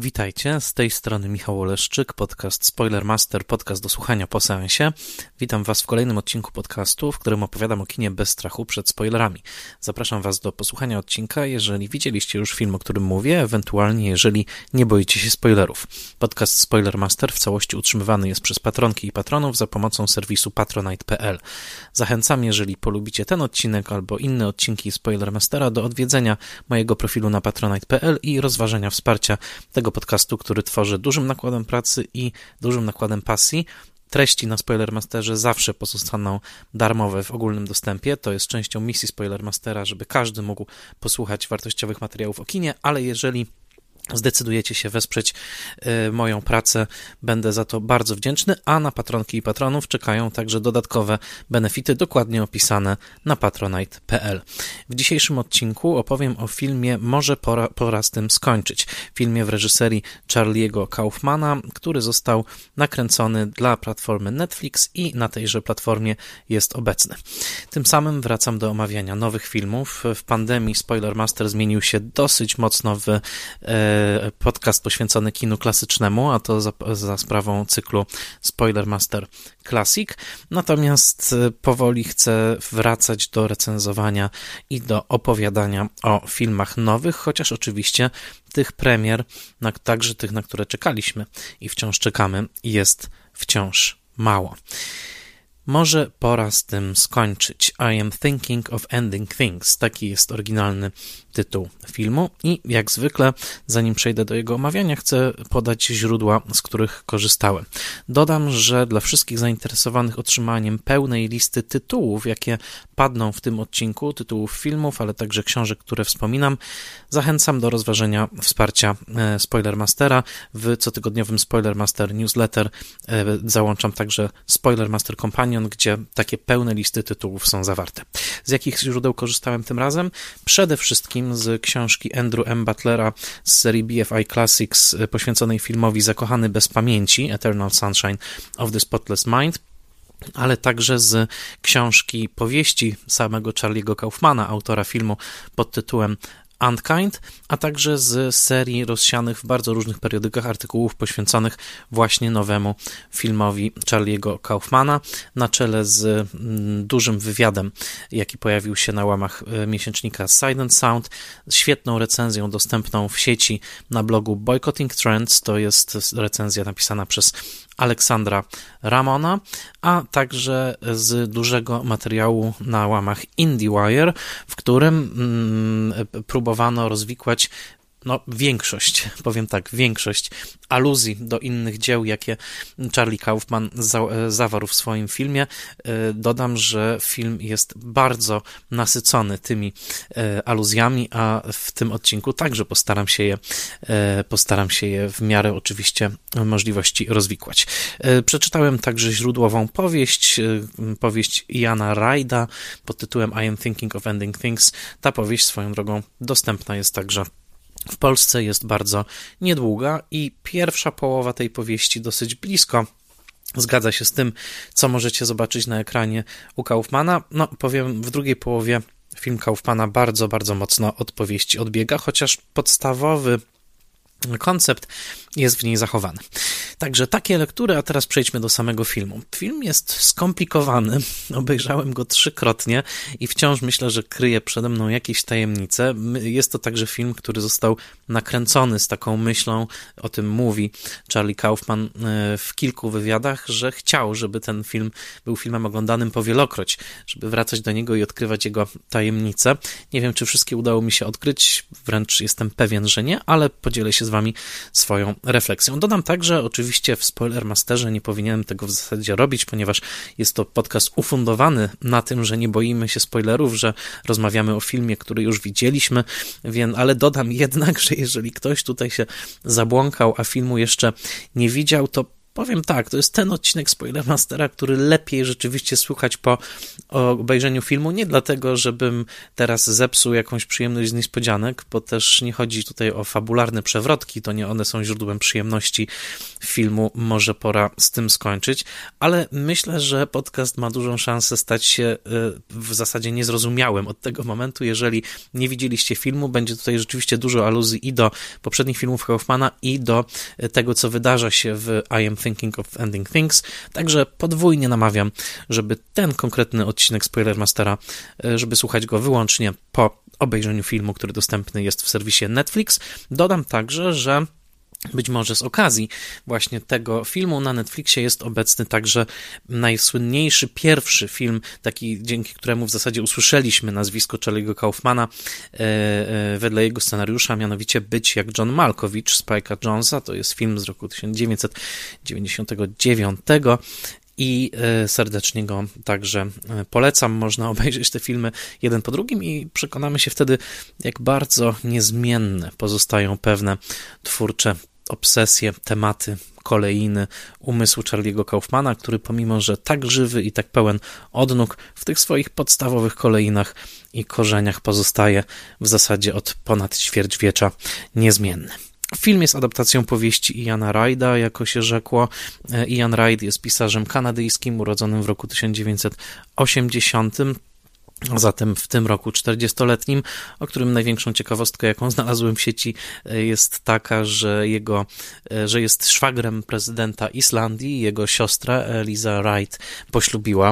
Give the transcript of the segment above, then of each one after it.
Witajcie, z tej strony Michał Oleszczyk, podcast Spoilermaster, podcast do słuchania po seansie. Witam Was w kolejnym odcinku podcastu, w którym opowiadam o kinie bez strachu przed spoilerami. Zapraszam Was do posłuchania odcinka, jeżeli widzieliście już film, o którym mówię, ewentualnie jeżeli nie boicie się spoilerów. Podcast Spoilermaster w całości utrzymywany jest przez patronki i patronów za pomocą serwisu patronite.pl. Zachęcam, jeżeli polubicie ten odcinek albo inne odcinki Spoilermastera, do odwiedzenia mojego profilu na patronite.pl i rozważenia wsparcia tego podcastu, który tworzy dużym nakładem pracy i dużym nakładem pasji. Treści na Spoilermasterze zawsze pozostaną darmowe w ogólnym dostępie. To jest częścią misji Spoilermastera, żeby każdy mógł posłuchać wartościowych materiałów o kinie, ale jeżeli zdecydujecie się wesprzeć moją pracę, będę za to bardzo wdzięczny, a na patronki i patronów czekają także dodatkowe benefity dokładnie opisane na patronite.pl. W dzisiejszym odcinku opowiem o filmie Może pora z tym skończyć. Filmie w reżyserii Charlie'ego Kaufmana, który został nakręcony dla platformy Netflix i na tejże platformie jest obecny. Tym samym wracam do omawiania nowych filmów. W pandemii Spoilermaster zmienił się dosyć mocno w podcast poświęcony kinu klasycznemu, a to za sprawą cyklu Spoilermaster Classic. Natomiast powoli chcę wracać do recenzowania i do opowiadania o filmach nowych, chociaż oczywiście tych premier, także tych, na które czekaliśmy i wciąż czekamy, jest wciąż mało. Może pora z tym skończyć. I am thinking of ending things. Taki jest oryginalny tytuł filmu i jak zwykle, zanim przejdę do jego omawiania, chcę podać źródła, z których korzystałem. Dodam, że dla wszystkich zainteresowanych otrzymaniem pełnej listy tytułów, jakie padną w tym odcinku, tytułów filmów, ale także książek, które wspominam, zachęcam do rozważenia wsparcia Spoilermastera. W cotygodniowym Spoilermaster Newsletter załączam także Spoilermaster Companion, gdzie takie pełne listy tytułów są zawarte. Z jakich źródeł korzystałem tym razem? Przede wszystkim z książki Andrew M. Butlera z serii BFI Classics poświęconej filmowi Zakochany bez pamięci, Eternal Sunshine of the Spotless Mind, ale także z książki powieści samego Charlie'ego Kaufmana, autora filmu pod tytułem Unkind, a także z serii rozsianych w bardzo różnych periodykach artykułów poświęconych właśnie nowemu filmowi Charlie'ego Kaufmana, na czele z dużym wywiadem, jaki pojawił się na łamach miesięcznika Sight & Sound, świetną recenzją dostępną w sieci na blogu Boycotting Trends, to jest recenzja napisana przez Aleksandra Ramona, a także z dużego materiału na łamach IndieWire, w którym próbowano rozwikłać większość aluzji do innych dzieł, jakie Charlie Kaufman zawarł w swoim filmie. Dodam, że film jest bardzo nasycony tymi aluzjami, a w tym odcinku także postaram się je w miarę oczywiście możliwości rozwikłać. Przeczytałem także źródłową powieść Iana Rajda pod tytułem I am thinking of ending things. Ta powieść swoją drogą dostępna jest także w Polsce, jest bardzo niedługa i pierwsza połowa tej powieści dosyć blisko zgadza się z tym, co możecie zobaczyć na ekranie u Kaufmana. Powiem, w drugiej połowie film Kaufmana bardzo, bardzo mocno od powieści odbiega, chociaż podstawowy koncept jest w niej zachowany. Także takie lektury, a teraz przejdźmy do samego filmu. Film jest skomplikowany, obejrzałem go 3-krotnie i wciąż myślę, że kryje przede mną jakieś tajemnice. Jest to także film, który został nakręcony z taką myślą, o tym mówi Charlie Kaufman w kilku wywiadach, że chciał, żeby ten film był filmem oglądanym powielokroć, żeby wracać do niego i odkrywać jego tajemnice. Nie wiem, czy wszystkie udało mi się odkryć, wręcz jestem pewien, że nie, ale podzielę się z Wami swoją refleksją. Dodam także, oczywiście w Spoilermasterze nie powinienem tego w zasadzie robić, ponieważ jest to podcast ufundowany na tym, że nie boimy się spoilerów, że rozmawiamy o filmie, który już widzieliśmy, ale dodam jednak, że jeżeli ktoś tutaj się zabłąkał, a filmu jeszcze nie widział, to powiem tak, to jest ten odcinek Spoilermastera, który lepiej rzeczywiście słuchać po obejrzeniu filmu, nie dlatego, żebym teraz zepsuł jakąś przyjemność z niespodzianek, bo też nie chodzi tutaj o fabularne przewrotki, to nie one są źródłem przyjemności filmu, może pora z tym skończyć, ale myślę, że podcast ma dużą szansę stać się w zasadzie niezrozumiałym od tego momentu. Jeżeli nie widzieliście filmu, będzie tutaj rzeczywiście dużo aluzji i do poprzednich filmów Kaufmana, i do tego, co wydarza się w I Am Thinking of Ending Things, także podwójnie namawiam, żeby ten konkretny odcinek Spoilermastera, żeby słuchać go wyłącznie po obejrzeniu filmu, który dostępny jest w serwisie Netflix. Dodam także, że być może z okazji właśnie tego filmu na Netflixie jest obecny także najsłynniejszy pierwszy film, taki dzięki któremu w zasadzie usłyszeliśmy nazwisko Charlie'ego Kaufmana wedle jego scenariusza, mianowicie Być jak John Malkovich Spike'a Jonesa. To jest film z roku 1999 i serdecznie go także polecam. Można obejrzeć te filmy jeden po drugim i przekonamy się wtedy, jak bardzo niezmienne pozostają pewne twórcze obsesje, tematy, kolejny umysłu Charlie'ego Kaufmana, który pomimo, że tak żywy i tak pełen odnóg, w tych swoich podstawowych kolejnach i korzeniach pozostaje w zasadzie od ponad ćwierćwiecza niezmienny. Film jest adaptacją powieści Iana Rida, jako się rzekło. Ian Reid jest pisarzem kanadyjskim, urodzonym w roku 1980, a zatem w tym roku 40-letnim, o którym największą ciekawostkę, jaką znalazłem w sieci, jest taka, że jest szwagrem prezydenta Islandii. Jego siostra Eliza Reid poślubiła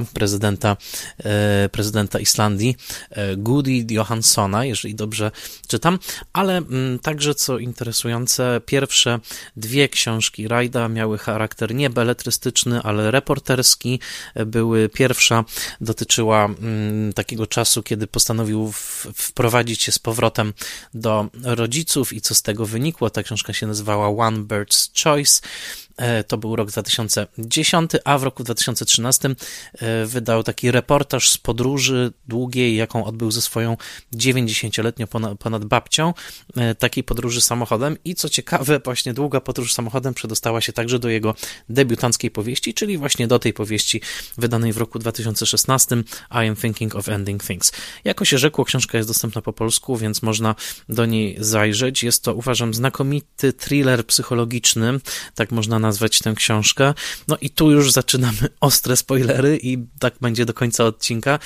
prezydenta Islandii, Gudi Johanssona, jeżeli dobrze czytam, ale także, co interesujące, pierwsze dwie książki Reida miały charakter nie beletrystyczny, ale reporterski. Pierwsza dotyczyła takiego czasu, kiedy postanowił wprowadzić się z powrotem do rodziców i co z tego wynikło. Ta książka się nazywała One Bird's Choice. To był rok 2010, a w roku 2013 wydał taki reportaż z podróży długiej, jaką odbył ze swoją 90-letnią ponad babcią, takiej podróży samochodem i co ciekawe, właśnie długa podróż samochodem przedostała się także do jego debiutanckiej powieści, czyli właśnie do tej powieści wydanej w roku 2016 I Am Thinking of Ending Things. Jako się rzekło, książka jest dostępna po polsku, więc można do niej zajrzeć. Jest to, uważam, znakomity thriller psychologiczny, tak można nazwać tę książkę. No i tu już zaczynamy ostre spoilery i tak będzie do końca odcinka.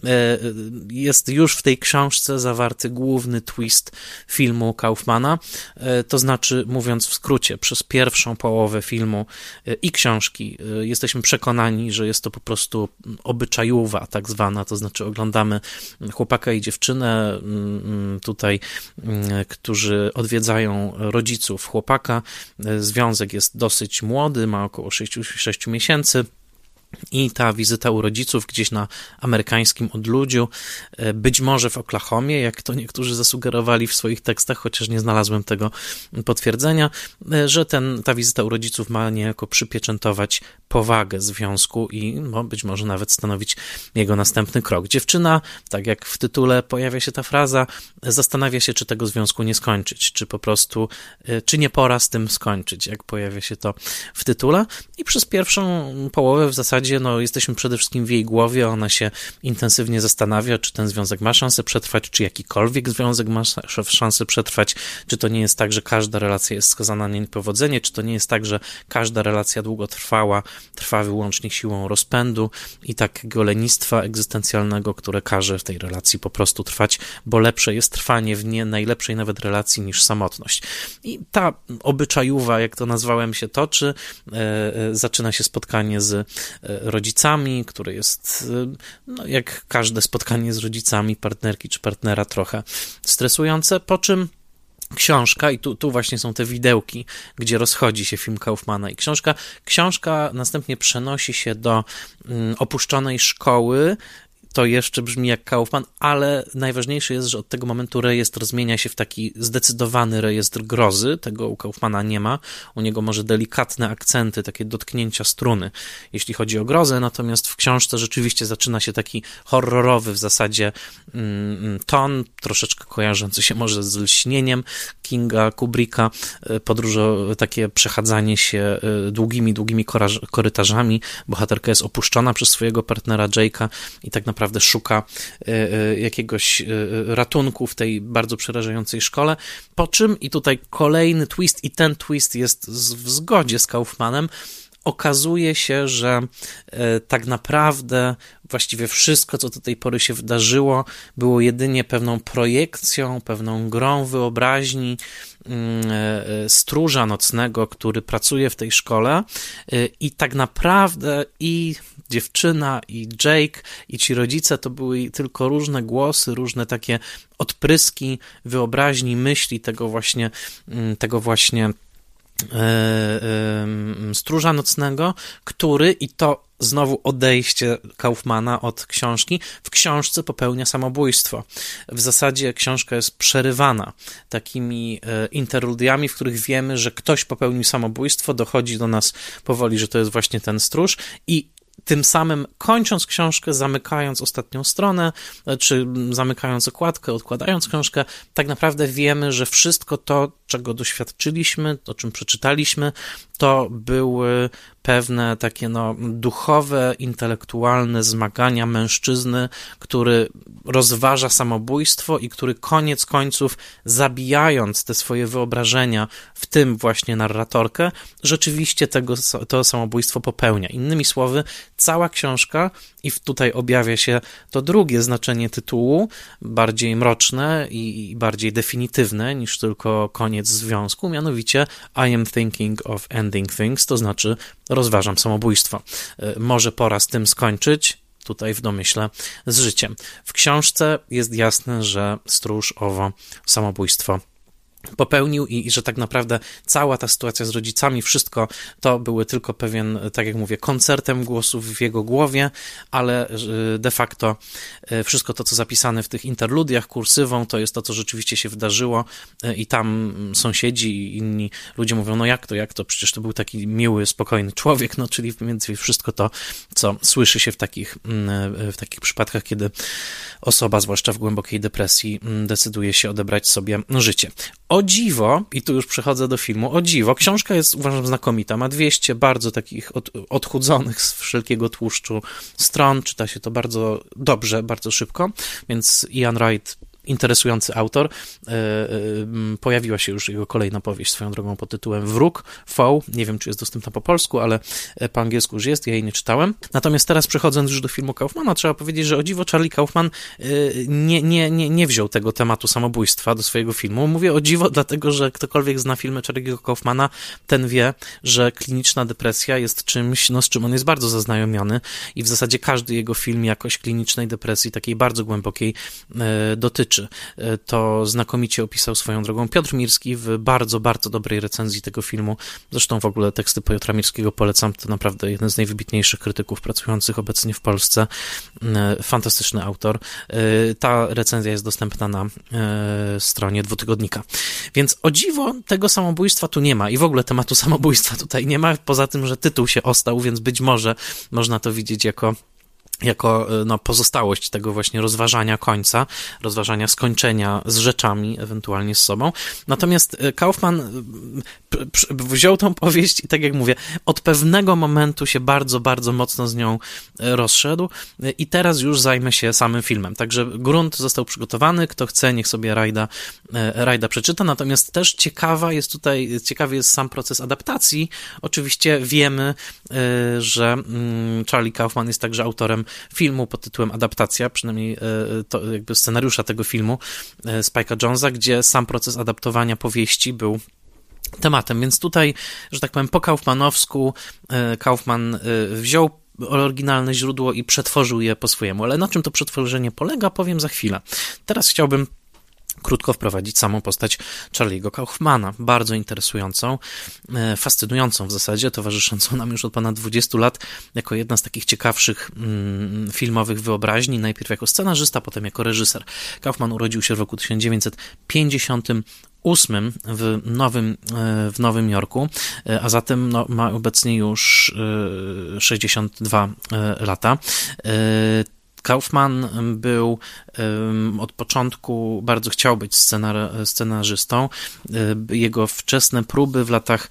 Jest już w tej książce zawarty główny twist filmu Kaufmana, to znaczy, mówiąc w skrócie, przez pierwszą połowę filmu i książki jesteśmy przekonani, że jest to po prostu obyczajówka tak zwana, to znaczy oglądamy chłopaka i dziewczynę tutaj, którzy odwiedzają rodziców chłopaka. Związek jest dosyć młody, ma około 6 miesięcy. I ta wizyta u rodziców gdzieś na amerykańskim odludziu, być może w Oklahomie, jak to niektórzy zasugerowali w swoich tekstach, chociaż nie znalazłem tego potwierdzenia, że ta wizyta u rodziców ma niejako przypieczętować powagę związku i być może nawet stanowić jego następny krok. Dziewczyna, tak jak w tytule pojawia się ta fraza, zastanawia się, czy tego związku nie skończyć, czy po prostu, czy nie pora z tym skończyć, jak pojawia się to w tytule. I przez pierwszą połowę w zasadzie jesteśmy przede wszystkim w jej głowie, ona się intensywnie zastanawia, czy ten związek ma szansę przetrwać, czy jakikolwiek związek ma szansę przetrwać, czy to nie jest tak, że każda relacja jest skazana na niepowodzenie, czy to nie jest tak, że każda relacja długotrwała trwa wyłącznie siłą rozpędu i takiego lenistwa egzystencjalnego, które każe w tej relacji po prostu trwać, bo lepsze jest trwanie w nie najlepszej nawet relacji niż samotność. I ta obyczajówka, jak to nazwałem, się toczy, zaczyna się spotkanie z rodzicami, które jest, jak każde spotkanie z rodzicami partnerki czy partnera, trochę stresujące, po czym książka, i tu właśnie są te widełki, gdzie rozchodzi się film Kaufmana i książka następnie przenosi się do opuszczonej szkoły, to jeszcze brzmi jak Kaufman, ale najważniejsze jest, że od tego momentu rejestr zmienia się w taki zdecydowany rejestr grozy. Tego u Kaufmana nie ma. U niego może delikatne akcenty, takie dotknięcia struny, jeśli chodzi o grozę, natomiast w książce rzeczywiście zaczyna się taki horrorowy w zasadzie ton, troszeczkę kojarzący się może z Lśnieniem Kinga, Kubricka, takie przechadzanie się długimi korytarzami. Bohaterka jest opuszczona przez swojego partnera Jake'a i tak naprawdę szuka jakiegoś ratunku w tej bardzo przerażającej szkole, po czym, i tutaj kolejny twist, i ten twist jest w zgodzie z Kaufmanem, okazuje się, że tak naprawdę właściwie wszystko, co do tej pory się wydarzyło, było jedynie pewną projekcją, pewną grą wyobraźni stróża nocnego, który pracuje w tej szkole, i tak naprawdę i dziewczyna, i Jake, i ci rodzice to były tylko różne głosy, różne takie odpryski wyobraźni, myśli tego właśnie stróża nocnego, który, i to znowu odejście Kaufmana od książki, w książce popełnia samobójstwo. W zasadzie książka jest przerywana takimi interludiami, w których wiemy, że ktoś popełnił samobójstwo, dochodzi do nas powoli, że to jest właśnie ten stróż, i tym samym kończąc książkę, zamykając ostatnią stronę, czy zamykając okładkę, odkładając książkę, tak naprawdę wiemy, że wszystko to, czego doświadczyliśmy, o czym przeczytaliśmy, to były pewne takie duchowe, intelektualne zmagania mężczyzny, który rozważa samobójstwo i który koniec końców, zabijając te swoje wyobrażenia, w tym właśnie narratorkę, rzeczywiście to samobójstwo popełnia. Innymi słowy, cała książka, i tutaj objawia się to drugie znaczenie tytułu, bardziej mroczne i bardziej definitywne niż tylko koniec związku, mianowicie I am thinking of ending things, to znaczy rozważam samobójstwo. Może pora z tym skończyć, tutaj w domyśle z życiem. W książce jest jasne, że stróż owo samobójstwo popełnił i że tak naprawdę cała ta sytuacja z rodzicami, wszystko to były tylko pewien, tak jak mówię, koncertem głosów w jego głowie, ale de facto wszystko to, co zapisane w tych interludiach kursywą, to jest to, co rzeczywiście się wydarzyło, i tam sąsiedzi i inni ludzie mówią, no jak to, przecież to był taki miły, spokojny człowiek, czyli mniej więcej wszystko to, co słyszy się w takich przypadkach, kiedy osoba, zwłaszcza w głębokiej depresji, decyduje się odebrać sobie życie. O dziwo, i tu już przechodzę do filmu, o dziwo, książka jest, uważam, znakomita, ma 200 bardzo takich odchudzonych z wszelkiego tłuszczu stron, czyta się to bardzo dobrze, bardzo szybko, więc Ian Wright, interesujący autor. Pojawiła się już jego kolejna powieść swoją drogą pod tytułem Wróg, Foe. Nie wiem, czy jest dostępna po polsku, ale po angielsku już jest, ja jej nie czytałem. Natomiast teraz, przechodząc już do filmu Kaufmana, trzeba powiedzieć, że o dziwo Charlie Kaufman nie wziął tego tematu samobójstwa do swojego filmu. Mówię o dziwo, dlatego, że ktokolwiek zna filmy Charlie'ego Kaufmana, ten wie, że kliniczna depresja jest czymś, z czym on jest bardzo zaznajomiony, i w zasadzie każdy jego film jakoś klinicznej depresji, takiej bardzo głębokiej, dotyczy. To znakomicie opisał swoją drogą Piotr Mirski w bardzo, bardzo dobrej recenzji tego filmu. Zresztą w ogóle teksty Piotra Mirskiego polecam, to naprawdę jeden z najwybitniejszych krytyków pracujących obecnie w Polsce. Fantastyczny autor. Ta recenzja jest dostępna na stronie Dwutygodnika. Więc o dziwo tego samobójstwa tu nie ma i w ogóle tematu samobójstwa tutaj nie ma, poza tym, że tytuł się ostał, więc być może można to widzieć jako pozostałość tego właśnie rozważania końca, rozważania skończenia z rzeczami, ewentualnie z sobą. Natomiast Kaufman wziął tą powieść i, tak jak mówię, od pewnego momentu się bardzo, bardzo mocno z nią rozszedł i teraz już zajmę się samym filmem. Także grunt został przygotowany, kto chce, niech sobie Rajda przeczyta, natomiast też ciekawy jest sam proces adaptacji. Oczywiście wiemy, że Charlie Kaufman jest także autorem filmu pod tytułem Adaptacja, przynajmniej to jakby scenariusza tego filmu Spike'a Jonesa, gdzie sam proces adaptowania powieści był tematem, więc tutaj, że tak powiem, po kaufmanowsku Kaufman wziął oryginalne źródło i przetworzył je po swojemu, ale na czym to przetworzenie polega, powiem za chwilę. Teraz chciałbym krótko wprowadzić samą postać Charlie'ego Kaufmana, bardzo interesującą, fascynującą w zasadzie, towarzyszącą nam już od ponad 20 lat, jako jedna z takich ciekawszych filmowych wyobraźni, najpierw jako scenarzysta, potem jako reżyser. Kaufman urodził się w roku 1958 w Nowym Jorku, a zatem ma obecnie już 62 lata. Kaufman był od początku, bardzo chciał być scenarzystą. Jego wczesne próby w latach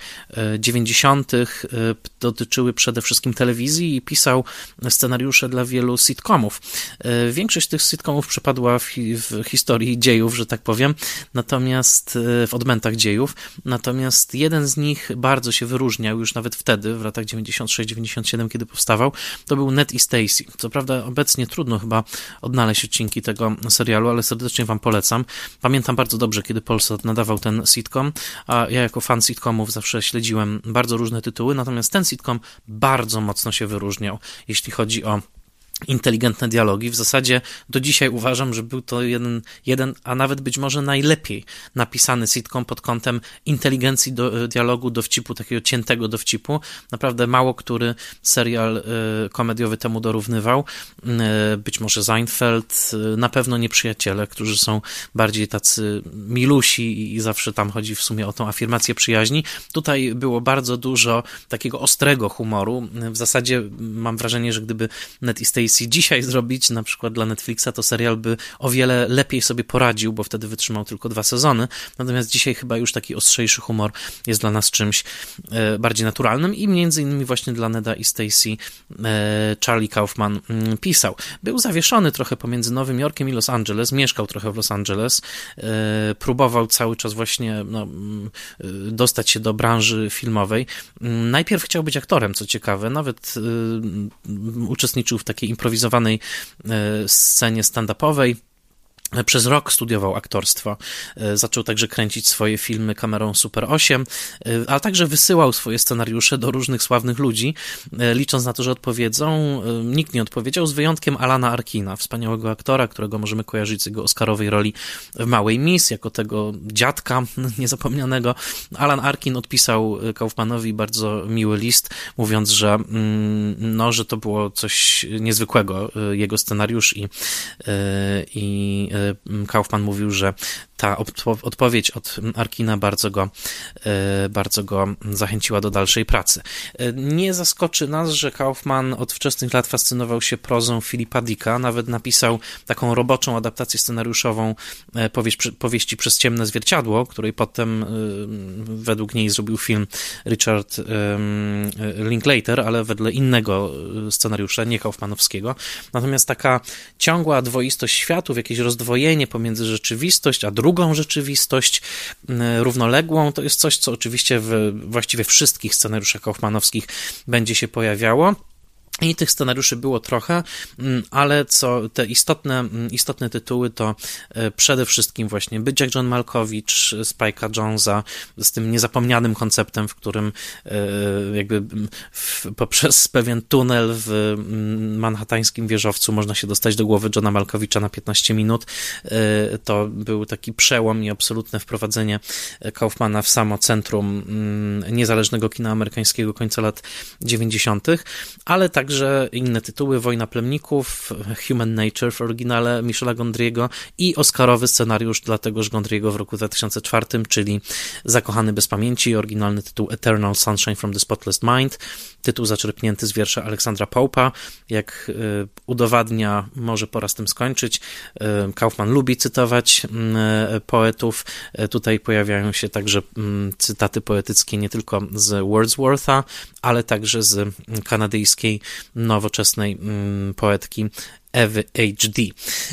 90. dotyczyły przede wszystkim telewizji i pisał scenariusze dla wielu sitcomów. Większość tych sitcomów przepadła w historii dziejów, że tak powiem, natomiast w odmętach dziejów. Natomiast jeden z nich bardzo się wyróżniał już nawet wtedy, w latach 96-97, kiedy powstawał. To był Ned i Stacy. Co prawda obecnie trudno chyba odnaleźć odcinki tego serialu, ale serdecznie wam polecam. Pamiętam bardzo dobrze, kiedy Polsat nadawał ten sitcom, a ja jako fan sitcomów zawsze śledziłem bardzo różne tytuły, natomiast ten sitcom bardzo mocno się wyróżniał, jeśli chodzi o inteligentne dialogi. W zasadzie do dzisiaj uważam, że był to jeden, a nawet być może najlepiej napisany sitcom pod kątem inteligencji dialogu, dowcipu, takiego ciętego dowcipu. Naprawdę mało który serial komediowy temu dorównywał. Być może Seinfeld, na pewno Nieprzyjaciele, którzy są bardziej tacy milusi i zawsze tam chodzi w sumie o tą afirmację przyjaźni. Tutaj było bardzo dużo takiego ostrego humoru. W zasadzie mam wrażenie, że gdyby Ned i Stacy dzisiaj zrobić, na przykład dla Netflixa, to serial by o wiele lepiej sobie poradził, bo wtedy wytrzymał tylko 2 sezony, natomiast dzisiaj chyba już taki ostrzejszy humor jest dla nas czymś bardziej naturalnym i między innymi właśnie dla Neda i Stacy Charlie Kaufman pisał. Był zawieszony trochę pomiędzy Nowym Jorkiem i Los Angeles, mieszkał trochę w Los Angeles, próbował cały czas właśnie dostać się do branży filmowej. Najpierw chciał być aktorem, co ciekawe, nawet uczestniczył w takiej improwizowanej scenie stand-upowej. Przez rok studiował aktorstwo, zaczął także kręcić swoje filmy kamerą Super 8, ale także wysyłał swoje scenariusze do różnych sławnych ludzi, licząc na to, że odpowiedzą. Nikt nie odpowiedział, z wyjątkiem Alana Arkina, wspaniałego aktora, którego możemy kojarzyć z jego oscarowej roli w Małej Miss, jako tego dziadka niezapomnianego. Alan Arkin odpisał Kaufmanowi bardzo miły list, mówiąc, że to było coś niezwykłego, jego scenariusz i Kaufman mówił, że ta odpowiedź od Arkina bardzo go zachęciła do dalszej pracy. Nie zaskoczy nas, że Kaufman od wczesnych lat fascynował się prozą Philipa Dicka, nawet napisał taką roboczą adaptację scenariuszową powieści Przez ciemne zwierciadło, której potem według niej zrobił film Richard Linklater, ale wedle innego scenariusza, nie kaufmanowskiego. Natomiast taka ciągła dwoistość światów, jakieś rozdwojenie pomiędzy rzeczywistość a drugą rzeczywistość równoległą, to jest coś, co oczywiście w właściwie wszystkich scenariuszach kaufmanowskich będzie się pojawiało. I tych scenariuszy było trochę, ale co te istotne tytuły to przede wszystkim właśnie Być jak John Malkovich, Spike'a Jonesa z tym niezapomnianym konceptem, w którym jakby poprzez pewien tunel w manhattańskim wieżowcu można się dostać do głowy Johna Malkovicha na 15 minut. To był taki przełom i absolutne wprowadzenie Kaufmana w samo centrum niezależnego kina amerykańskiego końca lat 90., ale także inne tytuły, Wojna plemników, Human Nature w oryginale Michela Gondry'ego i oscarowy scenariusz dla tegoż Gondry'ego w roku 2004, czyli Zakochany bez pamięci, oryginalny tytuł Eternal Sunshine from the Spotless Mind, tytuł zaczerpnięty z wiersza Aleksandra Pope'a. Jak udowadnia, może pora z tym skończyć. Kaufman lubi cytować poetów. Tutaj pojawiają się także cytaty poetyckie nie tylko z Wordswortha, ale także z kanadyjskiej, nowoczesnej poetki Ewy H.D.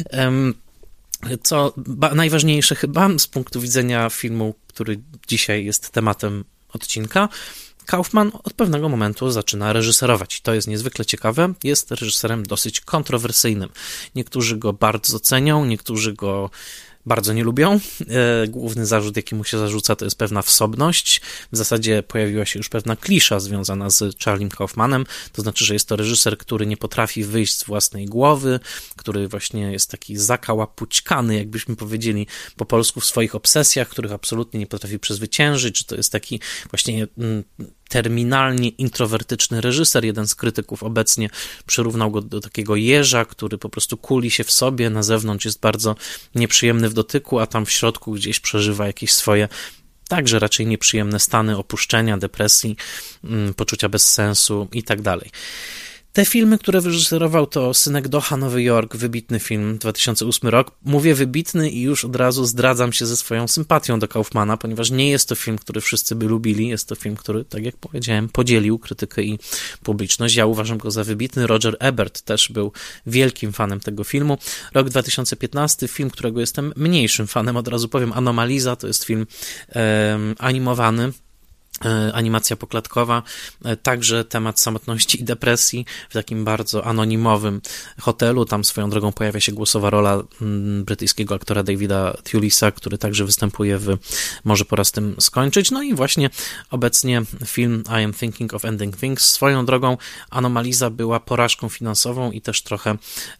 Co najważniejsze chyba z punktu widzenia filmu, który dzisiaj jest tematem odcinka, Kaufman od pewnego momentu zaczyna reżyserować. To jest niezwykle ciekawe. Jest reżyserem dosyć kontrowersyjnym. Niektórzy go bardzo cenią, niektórzy go bardzo nie lubią. Główny zarzut, jaki mu się zarzuca, to jest pewna wsobność. W zasadzie pojawiła się już pewna klisza związana z Charliem Kaufmanem, to znaczy, że jest to reżyser, który nie potrafi wyjść z własnej głowy, który właśnie jest taki zakałapućkany, jakbyśmy powiedzieli po polsku, w swoich obsesjach, których absolutnie nie potrafi przezwyciężyć, że to jest taki właśnie terminalnie introwertyczny reżyser. Jeden z krytyków obecnie przyrównał go do takiego jeża, który po prostu kuli się w sobie, na zewnątrz jest bardzo nieprzyjemny w dotyku, a tam w środku gdzieś przeżywa jakieś swoje także raczej nieprzyjemne stany opuszczenia, depresji, poczucia bezsensu i tak dalej. Te filmy, które wyreżyserował, to Synekdocha, Nowy Jork, wybitny film, 2008 rok. Mówię wybitny i już od razu zdradzam się ze swoją sympatią do Kaufmana, ponieważ nie jest to film, który wszyscy by lubili. Jest to film, który, tak jak powiedziałem, podzielił krytykę i publiczność. Ja uważam go za wybitny. Roger Ebert też był wielkim fanem tego filmu. Rok 2015, film, którego jestem mniejszym fanem, od razu powiem. Anomaliza to jest film animowany. Animacja poklatkowa, także temat samotności i depresji w takim bardzo anonimowym hotelu. Tam swoją drogą pojawia się głosowa rola brytyjskiego aktora Davida Thewlisa, który także występuje w Może pora z tym skończyć. No i właśnie obecnie film I Am Thinking of Ending Things. Swoją drogą Anomaliza była porażką finansową i też trochę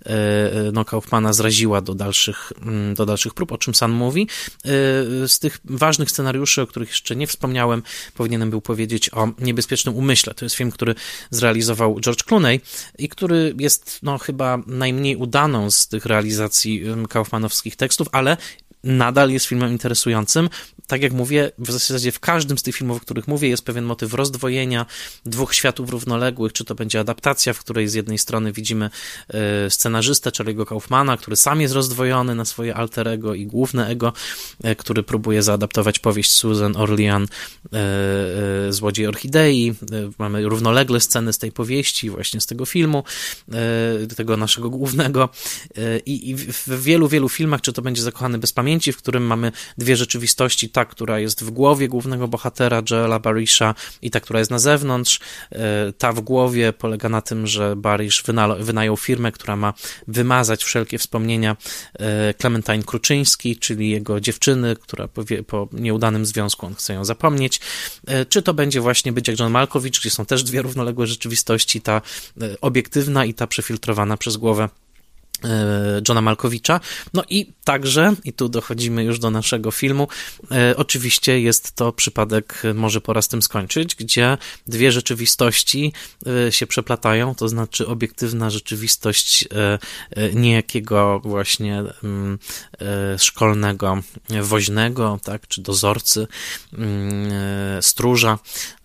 Kaufmana zraziła do dalszych prób, o czym Sun mówi. Z tych ważnych scenariuszy, o których jeszcze nie wspomniałem, powinienem był powiedzieć o Niebezpiecznym umyśle. To jest film, który zrealizował George Clooney i który jest chyba najmniej udaną z tych realizacji kaufmanowskich tekstów, ale nadal jest filmem interesującym. Tak jak mówię, w zasadzie w każdym z tych filmów, o których mówię, jest pewien motyw rozdwojenia dwóch światów równoległych, czy to będzie adaptacja, w której z jednej strony widzimy scenarzystę Charlie'ego Kaufmana, który sam jest rozdwojony na swoje alter ego i główne ego, który próbuje zaadaptować powieść Susan Orlean Złodziej Orchidei. Mamy równolegle sceny z tej powieści, właśnie z tego filmu, tego naszego głównego i w wielu filmach, czy to będzie Zakochany bez pamięci, w którym mamy dwie rzeczywistości, ta, która jest w głowie głównego bohatera Joela Barisha i ta, która jest na zewnątrz. Ta w głowie polega na tym, że Barish wynajął firmę, która ma wymazać wszelkie wspomnienia Clementine Kruczyński, czyli jego dziewczyny, która po nieudanym związku on chce ją zapomnieć. Czy to będzie właśnie Być jak John Malkovich, gdzie są też dwie równoległe rzeczywistości, ta obiektywna i ta przefiltrowana przez głowę Johna Malkovicha. No i także, i tu dochodzimy już do naszego filmu, oczywiście jest to przypadek Może pora z tym skończyć, gdzie dwie rzeczywistości się przeplatają, to znaczy obiektywna rzeczywistość niejakiego właśnie szkolnego woźnego, tak, czy dozorcy, stróża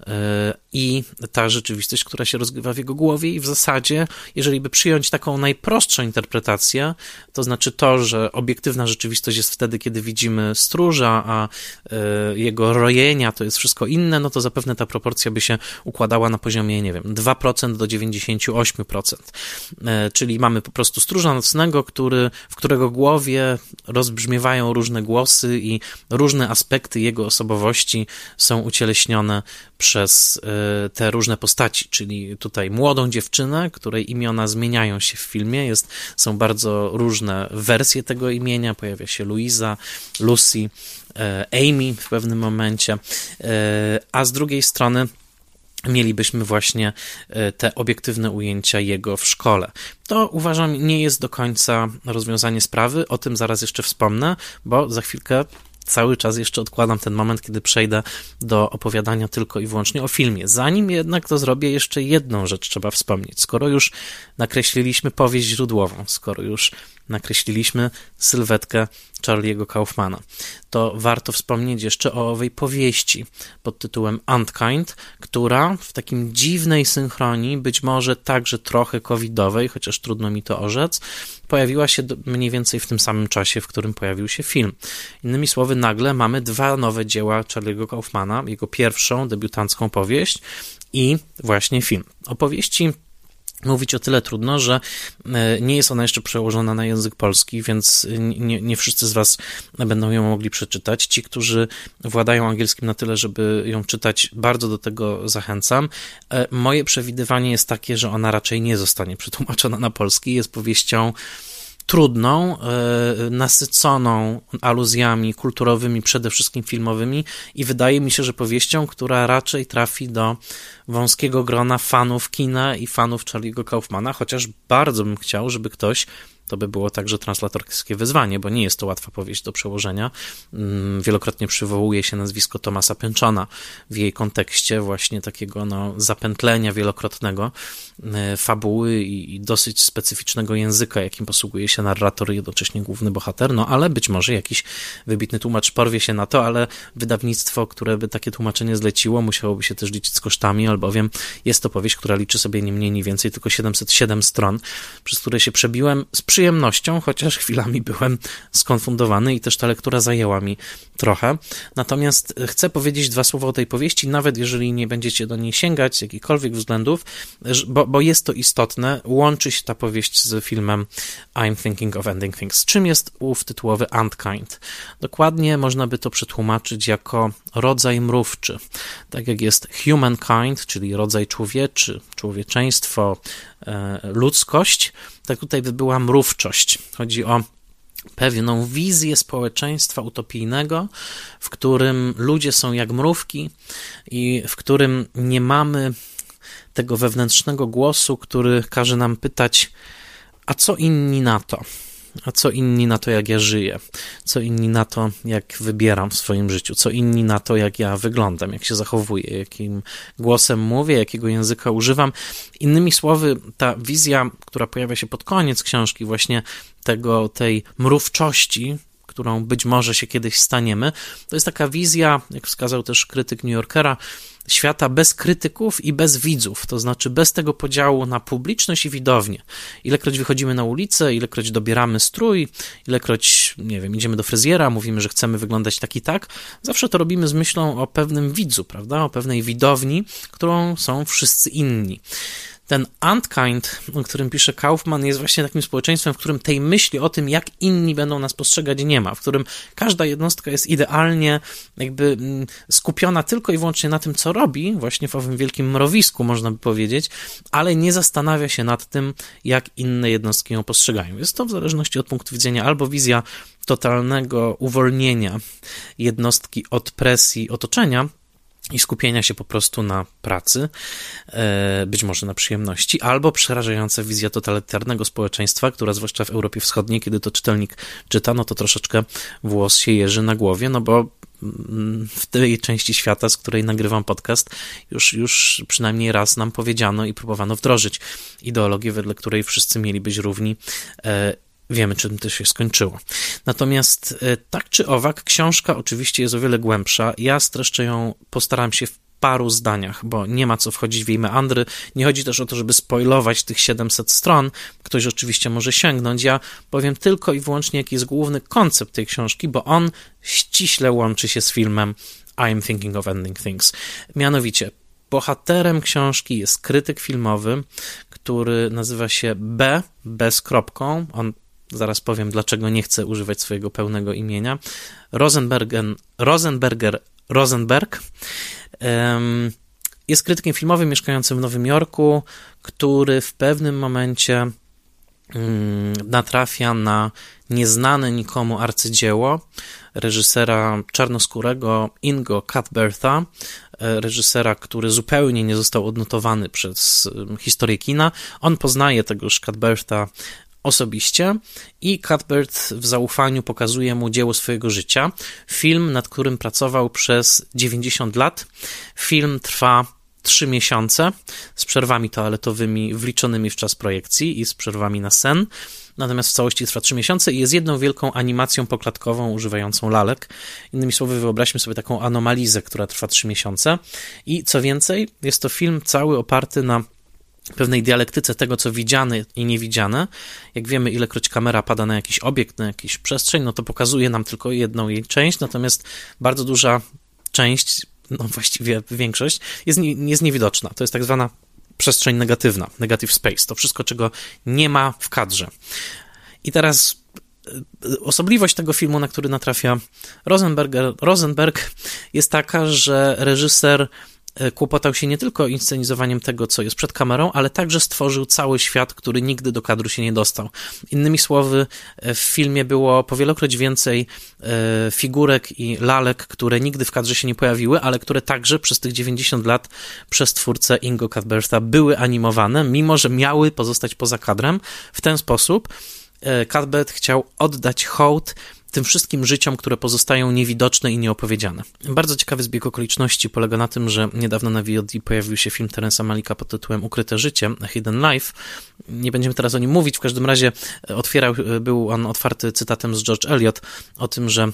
i ta rzeczywistość, która się rozgrywa w jego głowie i w zasadzie, jeżeli by przyjąć taką najprostszą interpretację, to znaczy to, że obiektywna rzeczywistość jest wtedy, kiedy widzimy stróża, a jego rojenia to jest wszystko inne, no to zapewne ta proporcja by się układała na poziomie, nie wiem, 2% do 98%. Czyli mamy po prostu stróża nocnego, w którego głowie rozbrzmiewają różne głosy i różne aspekty jego osobowości są ucieleśnione przez te różne postaci, czyli tutaj młodą dziewczynę, której imiona zmieniają się w filmie, są bardzo różne wersje tego imienia, pojawia się Louisa, Lucy, Amy w pewnym momencie, a z drugiej strony mielibyśmy właśnie te obiektywne ujęcia jego w szkole. To uważam nie jest do końca rozwiązanie sprawy, o tym zaraz jeszcze wspomnę, bo za chwilkę cały czas jeszcze odkładam ten moment, kiedy przejdę do opowiadania tylko i wyłącznie o filmie. Zanim jednak to zrobię, jeszcze jedną rzecz trzeba wspomnieć. Skoro już nakreśliliśmy powieść źródłową, skoro już nakreśliliśmy sylwetkę Charlie'ego Kaufmana, to warto wspomnieć jeszcze o owej powieści pod tytułem Unkind, która w takim dziwnej synchronii, być może także trochę covidowej, chociaż trudno mi to orzec, pojawiła się mniej więcej w tym samym czasie, w którym pojawił się film. Innymi słowy, nagle mamy dwa nowe dzieła Charlie'ego Kaufmana, jego pierwszą debiutancką powieść i właśnie film. O powieści mówić o tyle trudno, że nie jest ona jeszcze przełożona na język polski, więc nie wszyscy z was będą ją mogli przeczytać. Ci, którzy władają angielskim na tyle, żeby ją czytać, bardzo do tego zachęcam. Moje przewidywanie jest takie, że ona raczej nie zostanie przetłumaczona na polski. Jest powieścią trudną, nasyconą aluzjami kulturowymi, przede wszystkim filmowymi i wydaje mi się, że powieścią, która raczej trafi do wąskiego grona fanów kina i fanów Charlie'ego Kaufmana, chociaż bardzo bym chciał, żeby ktoś, to by było także translatorskie wyzwanie, bo nie jest to łatwa powieść do przełożenia. Wielokrotnie przywołuje się nazwisko Thomasa Pynchona w jej kontekście właśnie takiego zapętlenia wielokrotnego fabuły i dosyć specyficznego języka, jakim posługuje się narrator i jednocześnie główny bohater, ale być może jakiś wybitny tłumacz porwie się na to, ale wydawnictwo, które by takie tłumaczenie zleciło, musiałoby się też liczyć z kosztami, albowiem jest to powieść, która liczy sobie nie mniej, nie więcej tylko 707 stron, przez które się przebiłem z przyjemnością, chociaż chwilami byłem skonfundowany i też ta lektura zajęła mi trochę. Natomiast chcę powiedzieć 2 słowa o tej powieści, nawet jeżeli nie będziecie do niej sięgać z jakichkolwiek względów, bo jest to istotne. Łączy się ta powieść z filmem I'm Thinking of Ending Things. Czym jest ów tytułowy Antkind? Dokładnie można by to przetłumaczyć jako rodzaj mrówczy. Tak jak jest humankind, czyli rodzaj człowieczy, człowieczeństwo, ludzkość, tak tutaj by była mrówczość. Chodzi o pewną wizję społeczeństwa utopijnego, w którym ludzie są jak mrówki i w którym nie mamy tego wewnętrznego głosu, który każe nam pytać, a co inni na to? A co inni na to, jak ja żyję? Co inni na to, jak wybieram w swoim życiu? Co inni na to, jak ja wyglądam, jak się zachowuję, jakim głosem mówię, jakiego języka używam? Innymi słowy, ta wizja, która pojawia się pod koniec książki, właśnie tej mrówczości, którą być może się kiedyś staniemy, to jest taka wizja, jak wskazał też krytyk New Yorkera, świata bez krytyków i bez widzów, to znaczy bez tego podziału na publiczność i widownię. Ilekroć wychodzimy na ulicę, ilekroć dobieramy strój, ilekroć, nie wiem, idziemy do fryzjera, mówimy, że chcemy wyglądać tak i tak, zawsze to robimy z myślą o pewnym widzu, prawda, o pewnej widowni, którą są wszyscy inni. Ten Antkind, o którym pisze Kaufman, jest właśnie takim społeczeństwem, w którym tej myśli o tym, jak inni będą nas postrzegać, nie ma, w którym każda jednostka jest idealnie jakby skupiona tylko i wyłącznie na tym, co robi, właśnie w owym wielkim mrowisku, można by powiedzieć, ale nie zastanawia się nad tym, jak inne jednostki ją postrzegają. Jest to w zależności od punktu widzenia albo wizja totalnego uwolnienia jednostki od presji otoczenia, i skupienia się po prostu na pracy, być może na przyjemności, albo przerażająca wizja totalitarnego społeczeństwa, która zwłaszcza w Europie Wschodniej, kiedy to czytelnik czyta, to troszeczkę włos się jeży na głowie, bo w tej części świata, z której nagrywam podcast, już przynajmniej raz nam powiedziano i próbowano wdrożyć ideologię, wedle której wszyscy mieli być równi. Wiemy, czym to się skończyło. Natomiast tak czy owak, książka oczywiście jest o wiele głębsza. Ja streszczę ją, postaram się w paru zdaniach, bo nie ma co wchodzić w jej meandry. Nie chodzi też o to, żeby spoilować tych 700 stron. Ktoś oczywiście może sięgnąć. Ja powiem tylko i wyłącznie, jaki jest główny koncept tej książki, bo on ściśle łączy się z filmem I'm Thinking of Ending Things. Mianowicie, bohaterem książki jest krytyk filmowy, który nazywa się B z kropką. Zaraz powiem, dlaczego nie chcę używać swojego pełnego imienia. Rosenberg. Jest krytykiem filmowym mieszkającym w Nowym Jorku, który w pewnym momencie natrafia na nieznane nikomu arcydzieło reżysera czarnoskórego Ingo Cuthberta, reżysera, który zupełnie nie został odnotowany przez historię kina. On poznaje tegoż Cuthberta osobiście i Cuthbert w zaufaniu pokazuje mu dzieło swojego życia. Film, nad którym pracował przez 90 lat. Film trwa 3 miesiące z przerwami toaletowymi wliczonymi w czas projekcji i z przerwami na sen. Natomiast w całości trwa 3 miesiące i jest jedną wielką animacją poklatkową używającą lalek. Innymi słowy, wyobraźmy sobie taką anomalizę, która trwa 3 miesiące. I co więcej, jest to film cały oparty na pewnej dialektyce tego, co widziane i niewidziane. Jak wiemy, ilekroć kamera pada na jakiś obiekt, na jakiś przestrzeń, to pokazuje nam tylko jedną jej część, natomiast bardzo duża część, właściwie większość, jest niewidoczna. To jest tak zwana przestrzeń negatywna, negative space. To wszystko, czego nie ma w kadrze. I teraz osobliwość tego filmu, na który natrafia Rosenberg, jest taka, że reżyser kłopotał się nie tylko inscenizowaniem tego, co jest przed kamerą, ale także stworzył cały świat, który nigdy do kadru się nie dostał. Innymi słowy, w filmie było powielokroć więcej figurek i lalek, które nigdy w kadrze się nie pojawiły, ale które także przez tych 90 lat przez twórcę Ingo Cuthberta były animowane, mimo że miały pozostać poza kadrem. W ten sposób Cuthbert chciał oddać hołd tym wszystkim życiom, które pozostają niewidoczne i nieopowiedziane. Bardzo ciekawy zbieg okoliczności polega na tym, że niedawno na VOD pojawił się film Terensa Malicka pod tytułem Ukryte życie, A Hidden Life. Nie będziemy teraz o nim mówić, w każdym razie był on otwarty cytatem z George Eliot o tym, że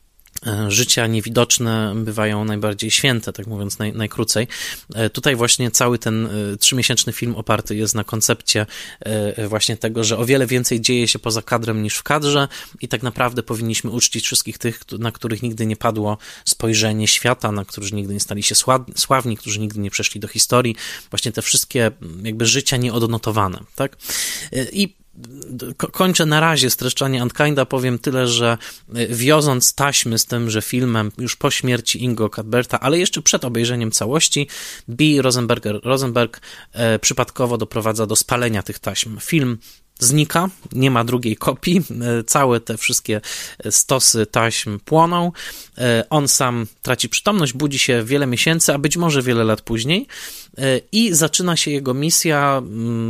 życia niewidoczne bywają najbardziej święte, tak mówiąc najkrócej. Tutaj właśnie cały ten 3-miesięczny film oparty jest na koncepcie właśnie tego, że o wiele więcej dzieje się poza kadrem niż w kadrze i tak naprawdę powinniśmy uczcić wszystkich tych, na których nigdy nie padło spojrzenie świata, na którzy nigdy nie stali się sławni, którzy nigdy nie przeszli do historii. Właśnie te wszystkie jakby życia nieodnotowane, tak? I kończę na razie streszczanie Unkind'a, powiem tyle, że wioząc taśmy z tymże filmem już po śmierci Ingo Cuthberta, ale jeszcze przed obejrzeniem całości, B. Rosenberg przypadkowo doprowadza do spalenia tych taśm. Film znika, nie ma drugiej kopii, całe te wszystkie stosy taśm płoną, on sam traci przytomność, budzi się wiele miesięcy, a być może wiele lat później i zaczyna się jego misja,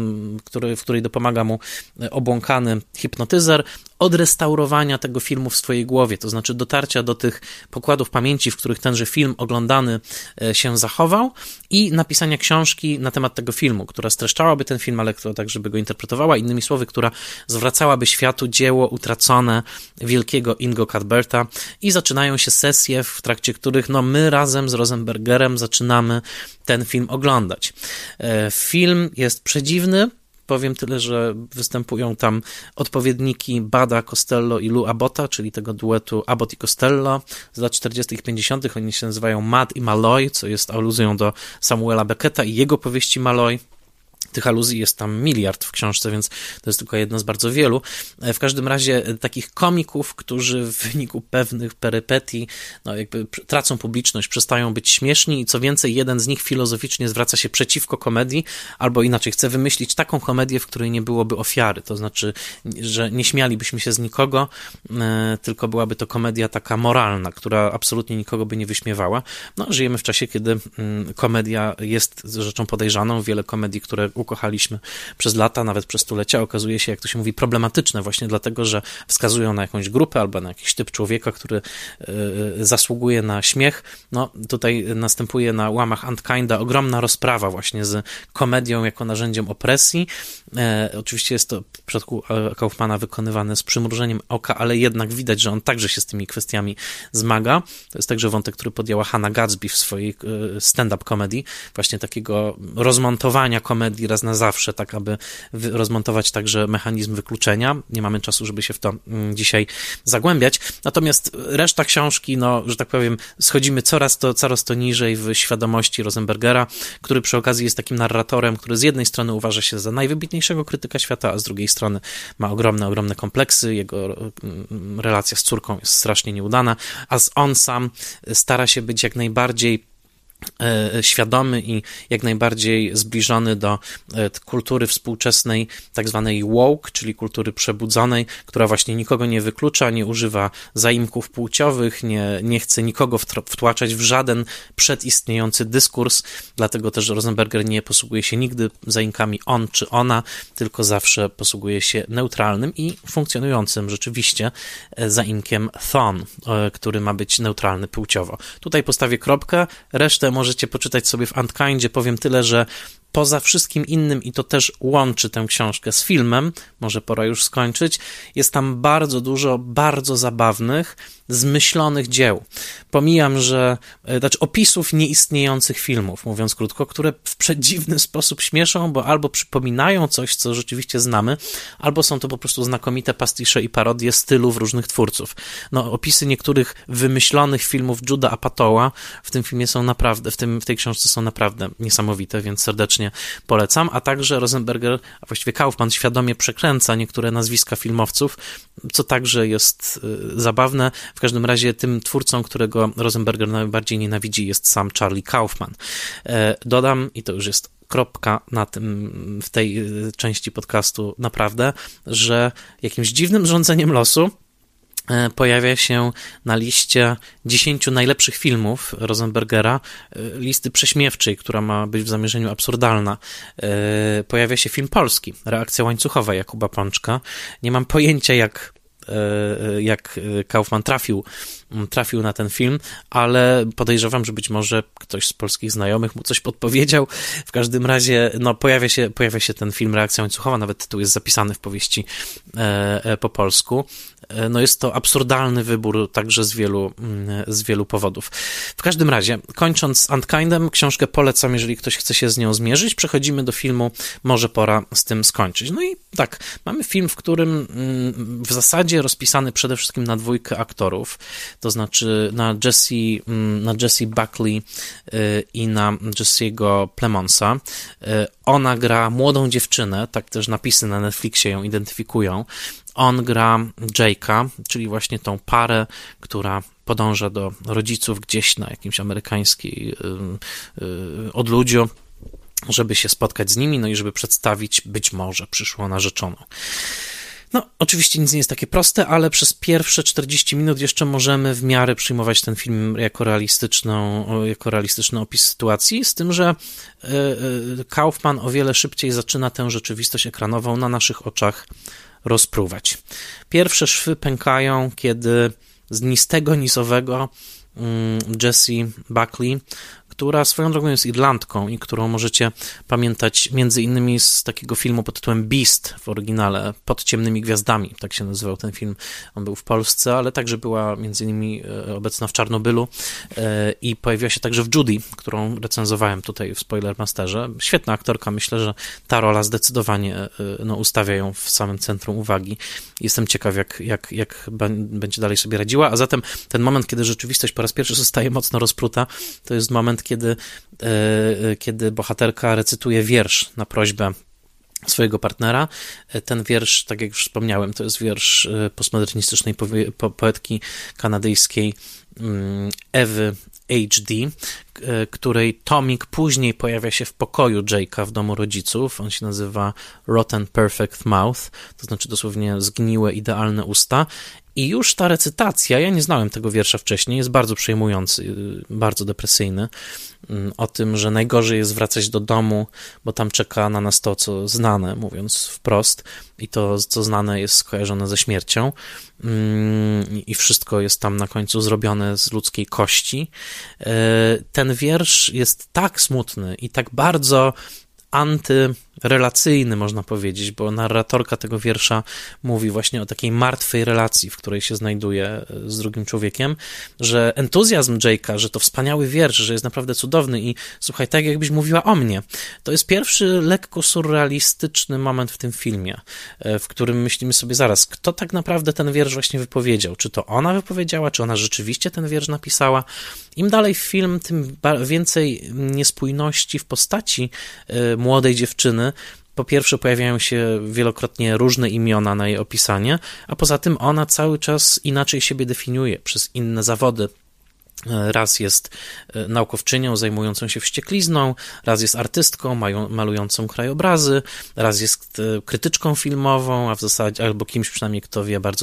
w której dopomaga mu obłąkany hipnotyzer, odrestaurowania tego filmu w swojej głowie, to znaczy dotarcia do tych pokładów pamięci, w których tenże film oglądany się zachował i napisania książki na temat tego filmu, która streszczałaby ten film, ale która także by go interpretowała, innymi słowy, która zwracałaby światu dzieło utracone wielkiego Ingo Cuthberta i zaczynają się sesje, w trakcie których my razem z Rosenbergerem zaczynamy ten film oglądać. Film jest przedziwny. Powiem tyle, że występują tam odpowiedniki Bada Costello i Lou Abbotta, czyli tego duetu Abbott i Costello z lat 40. i 50. Oni się nazywają Mad i Malloy, co jest aluzją do Samuela Becketta i jego powieści Malloy. Tych aluzji jest tam miliard w książce, więc to jest tylko jedna z bardzo wielu. W każdym razie takich komików, którzy w wyniku pewnych perypetii jakby tracą publiczność, przestają być śmieszni i co więcej, jeden z nich filozoficznie zwraca się przeciwko komedii, albo inaczej, chce wymyślić taką komedię, w której nie byłoby ofiary, to znaczy, że nie śmialibyśmy się z nikogo, tylko byłaby to komedia taka moralna, która absolutnie nikogo by nie wyśmiewała. Żyjemy w czasie, kiedy komedia jest rzeczą podejrzaną. Wiele komedii, które ukochaliśmy przez lata, nawet przez stulecia, okazuje się, jak to się mówi, problematyczne właśnie dlatego, że wskazują na jakąś grupę albo na jakiś typ człowieka, który zasługuje na śmiech. Tutaj następuje na łamach Unkind'a ogromna rozprawa właśnie z komedią jako narzędziem opresji. Oczywiście jest to w przypadku Kaufmana wykonywane z przymrużeniem oka, ale jednak widać, że on także się z tymi kwestiami zmaga. To jest także wątek, który podjęła Hannah Gadsby w swojej stand-up komedii, właśnie takiego rozmontowania komedii raz na zawsze, tak aby rozmontować także mechanizm wykluczenia. Nie mamy czasu, żeby się w to dzisiaj zagłębiać. Natomiast reszta książki, że tak powiem, schodzimy coraz to niżej w świadomości Rosenbergera, który przy okazji jest takim narratorem, który z jednej strony uważa się za najwybitniejszego krytyka świata, a z drugiej strony ma ogromne kompleksy. Jego relacja z córką jest strasznie nieudana, a on sam stara się być jak najbardziej świadomy i jak najbardziej zbliżony do kultury współczesnej, tak zwanej woke, czyli kultury przebudzonej, która właśnie nikogo nie wyklucza, nie używa zaimków płciowych, nie chce nikogo wtłaczać w żaden przedistniejący dyskurs, dlatego też Rosenberger nie posługuje się nigdy zaimkami on czy ona, tylko zawsze posługuje się neutralnym i funkcjonującym rzeczywiście zaimkiem thon, który ma być neutralny płciowo. Tutaj postawię kropkę, resztę możecie poczytać sobie w Unkind'zie. Powiem tyle, że poza wszystkim innym, i to też łączy tę książkę z filmem, może pora już skończyć, jest tam bardzo dużo bardzo zabawnych, zmyślonych dzieł. Pomijam, opisów nieistniejących filmów, mówiąc krótko, które w przedziwny sposób śmieszą, bo albo przypominają coś, co rzeczywiście znamy, albo są to po prostu znakomite pastisze i parodie stylów różnych twórców. Opisy niektórych wymyślonych filmów Juda Apatowa w tym filmie są naprawdę, w tej książce są naprawdę niesamowite, więc serdecznie serdecznie polecam, a także Rosenberger, a właściwie Kaufman świadomie przekręca niektóre nazwiska filmowców, co także jest zabawne. W każdym razie tym twórcą, którego Rosenberger najbardziej nienawidzi, jest sam Charlie Kaufman. Dodam, i to już jest kropka na tym, w tej części podcastu naprawdę, że jakimś dziwnym zrządzeniem losu pojawia się na liście 10 najlepszych filmów Rosenbergera, listy prześmiewczej, która ma być w zamierzeniu absurdalna. Pojawia się film polski, Reakcja łańcuchowa Jakuba Pączka. Nie mam pojęcia, jak Kaufman trafił na ten film, ale podejrzewam, że być może ktoś z polskich znajomych mu coś podpowiedział. W każdym razie pojawia się ten film Reakcja łańcuchowa, nawet tytuł jest zapisany w powieści po polsku. No jest to absurdalny wybór także z wielu powodów. W każdym razie, kończąc z Unkindem, książkę polecam, jeżeli ktoś chce się z nią zmierzyć. Przechodzimy do filmu Może pora z tym skończyć. No i tak, mamy film, w którym w zasadzie rozpisany przede wszystkim na dwójkę aktorów, to znaczy na Jessie Buckley i na Jesse'ego Plemmonsa. Ona gra młodą dziewczynę, tak też napisy na Netflixie ją identyfikują. On gra Jake'a, czyli właśnie tą parę, która podąża do rodziców gdzieś na jakimś amerykańskiej odludziu, żeby się spotkać z nimi, no i żeby przedstawić być może przyszłą narzeczoną. No, oczywiście nic nie jest takie proste, ale przez pierwsze 40 minut jeszcze możemy w miarę przyjmować ten film jako realistyczny opis sytuacji, z tym, że Kaufman o wiele szybciej zaczyna tę rzeczywistość ekranową na naszych oczach rozpruwać. Pierwsze szwy pękają, kiedy z nistego nisowego Jessie Buckley, która swoją drogą jest Irlandką i którą możecie pamiętać między innymi z takiego filmu pod tytułem Beast w oryginale, Pod ciemnymi gwiazdami, tak się nazywał ten film. On był w Polsce, ale także była między innymi obecna w Czarnobylu i pojawiła się także w Judy, którą recenzowałem tutaj w Spoilermasterze. Świetna aktorka, myślę, że ta rola zdecydowanie ustawia ją w samym centrum uwagi. Jestem ciekaw, jak będzie dalej sobie radziła, a zatem ten moment, kiedy rzeczywistość po raz pierwszy zostaje mocno rozpruta, to jest moment, kiedy bohaterka recytuje wiersz na prośbę swojego partnera. Ten wiersz, tak jak już wspomniałem, to jest wiersz postmodernistycznej poetki kanadyjskiej Ewy H.D., której tomik później pojawia się w pokoju Jake'a w domu rodziców. On się nazywa Rotten Perfect Mouth, to znaczy dosłownie zgniłe, idealne usta. I już ta recytacja, ja nie znałem tego wiersza wcześniej, jest bardzo przejmujący, bardzo depresyjny, o tym, że najgorzej jest wracać do domu, bo tam czeka na nas to, co znane, mówiąc wprost, i to, co znane, jest skojarzone ze śmiercią i wszystko jest tam na końcu zrobione z ludzkiej kości. Ten wiersz jest tak smutny i tak bardzo antyrelacyjny, można powiedzieć, bo narratorka tego wiersza mówi właśnie o takiej martwej relacji, w której się znajduje z drugim człowiekiem, że entuzjazm Jake'a, że to wspaniały wiersz, że jest naprawdę cudowny i słuchaj, tak jakbyś mówiła o mnie. To jest pierwszy lekko surrealistyczny moment w tym filmie, w którym myślimy sobie zaraz, kto tak naprawdę ten wiersz właśnie wypowiedział? Czy to ona wypowiedziała? Czy ona rzeczywiście ten wiersz napisała? Im dalej w film, tym więcej niespójności w postaci młodej dziewczyny. Po pierwsze pojawiają się wielokrotnie różne imiona na jej opisanie, a poza tym ona cały czas inaczej siebie definiuje przez inne zawody. Raz jest naukowczynią zajmującą się wścieklizną, raz jest artystką malującą krajobrazy, raz jest krytyczką filmową, a w zasadzie albo kimś przynajmniej, kto wie bardzo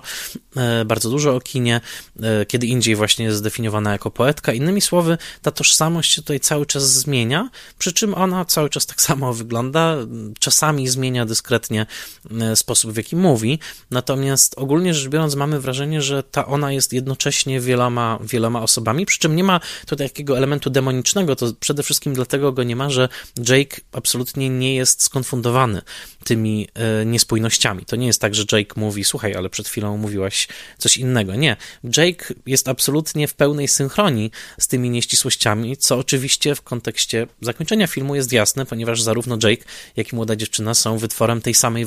dużo o kinie, kiedy indziej właśnie jest zdefiniowana jako poetka. Innymi słowy, ta tożsamość się tutaj cały czas zmienia, przy czym ona cały czas tak samo wygląda, czasami zmienia dyskretnie sposób, w jaki mówi, natomiast ogólnie rzecz biorąc mamy wrażenie, że ta ona jest jednocześnie wieloma osobami, przy czym nie ma tutaj takiego elementu demonicznego, to przede wszystkim dlatego go nie ma, że Jake absolutnie nie jest skonfundowany tymi niespójnościami. To nie jest tak, że Jake mówi, słuchaj, ale przed chwilą mówiłaś coś innego. Nie. Jake jest absolutnie w pełnej synchronii z tymi nieścisłościami, co oczywiście w kontekście zakończenia filmu jest jasne, ponieważ zarówno Jake, jak i młoda dziewczyna są wytworem tej samej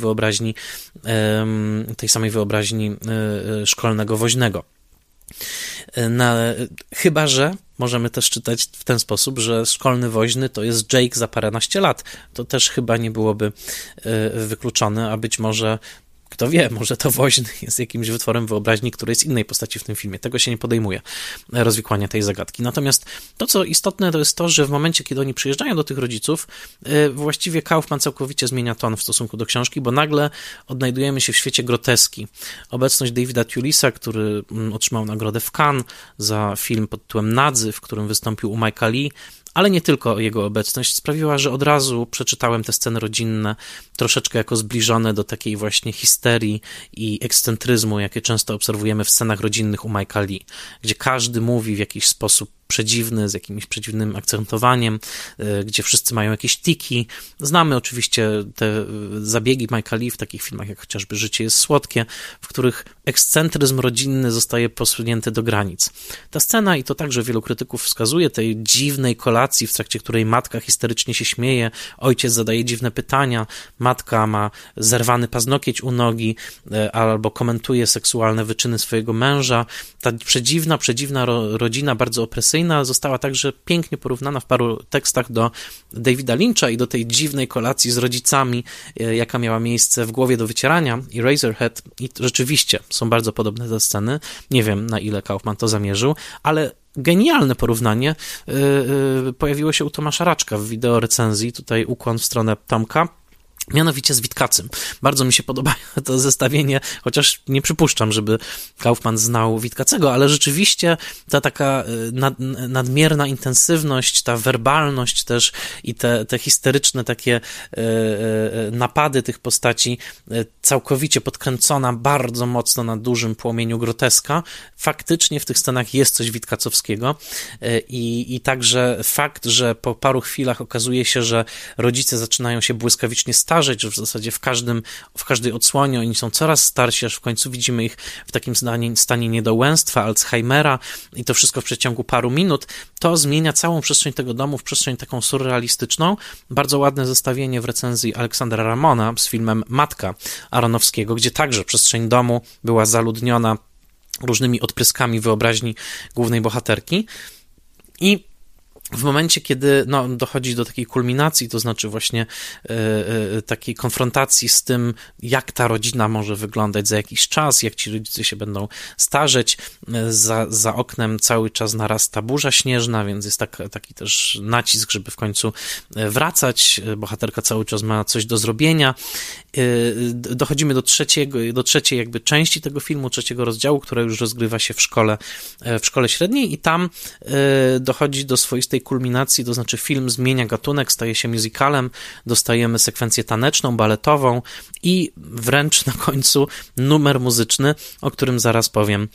wyobraźni szkolnego woźnego. Chyba że możemy też czytać w ten sposób, że szkolny woźny to jest Jake za paręnaście lat. To też chyba nie byłoby wykluczone, a być może kto wie, może to woźny jest jakimś wytworem wyobraźni którejś innej postaci w tym filmie. Tego się nie podejmuje, rozwikłania tej zagadki. Natomiast to, co istotne, to jest to, że w momencie, kiedy oni przyjeżdżają do tych rodziców, właściwie Kaufman całkowicie zmienia ton w stosunku do książki, bo nagle odnajdujemy się w świecie groteski. Obecność Davida Tulisa, który otrzymał nagrodę w Cannes za film pod tytułem Nadzy, w którym wystąpił u Mike'a Lee, ale nie tylko jego obecność, sprawiła, że od razu przeczytałem te sceny rodzinne troszeczkę jako zbliżone do takiej właśnie histerii i ekscentryzmu, jakie często obserwujemy w scenach rodzinnych u Mike'a Lee, gdzie każdy mówi w jakiś sposób przedziwny, z jakimś przedziwnym akcentowaniem, gdzie wszyscy mają jakieś tiki. Znamy oczywiście te zabiegi Mike'a Lee w takich filmach, jak chociażby Życie jest słodkie, w których ekscentryzm rodzinny zostaje posunięty do granic. Ta scena, i to także wielu krytyków wskazuje, tej dziwnej kolacji, w trakcie której matka histerycznie się śmieje, ojciec zadaje dziwne pytania, matka ma zerwany paznokieć u nogi albo komentuje seksualne wyczyny swojego męża. Ta przedziwna rodzina, bardzo opresyjna, została także pięknie porównana w paru tekstach do Davida Lyncha i do tej dziwnej kolacji z rodzicami, jaka miała miejsce w Głowie do wycierania i Eraserhead. I rzeczywiście są bardzo podobne te sceny. Nie wiem, na ile Kaufman to zamierzył, ale genialne porównanie pojawiło się u Tomasza Raczka w wideo recenzji. Tutaj ukłon w stronę Tomka. Mianowicie z Witkacym. Bardzo mi się podoba to zestawienie, chociaż nie przypuszczam, żeby Kaufman znał Witkacego, ale rzeczywiście ta taka nadmierna intensywność, ta werbalność też i te histeryczne takie napady tych postaci, całkowicie podkręcona bardzo mocno na dużym płomieniu groteska. Faktycznie w tych scenach jest coś witkacowskiego i także fakt, że po paru chwilach okazuje się, że rodzice zaczynają się błyskawicznie starzeć, że w zasadzie w każdej odsłonie oni są coraz starsi, aż w końcu widzimy ich w takim stanie niedołęstwa, Alzheimera i to wszystko w przeciągu paru minut, to zmienia całą przestrzeń tego domu w przestrzeń taką surrealistyczną. Bardzo ładne zestawienie w recenzji Aleksandra Ramona z filmem Matka Aronofskiego, gdzie także przestrzeń domu była zaludniona różnymi odpryskami wyobraźni głównej bohaterki i w momencie, kiedy dochodzi do takiej kulminacji, to znaczy właśnie takiej konfrontacji z tym, jak ta rodzina może wyglądać za jakiś czas, jak ci rodzice się będą starzeć, za oknem cały czas narasta burza śnieżna, więc jest taki też nacisk, żeby w końcu wracać. Bohaterka cały czas ma coś do zrobienia. Dochodzimy do trzeciej jakby części tego filmu, trzeciego rozdziału, która już rozgrywa się w szkole średniej i tam dochodzi do swoistej kulminacji, to znaczy film zmienia gatunek, staje się musicalem, dostajemy sekwencję taneczną, baletową i wręcz na końcu numer muzyczny, o którym zaraz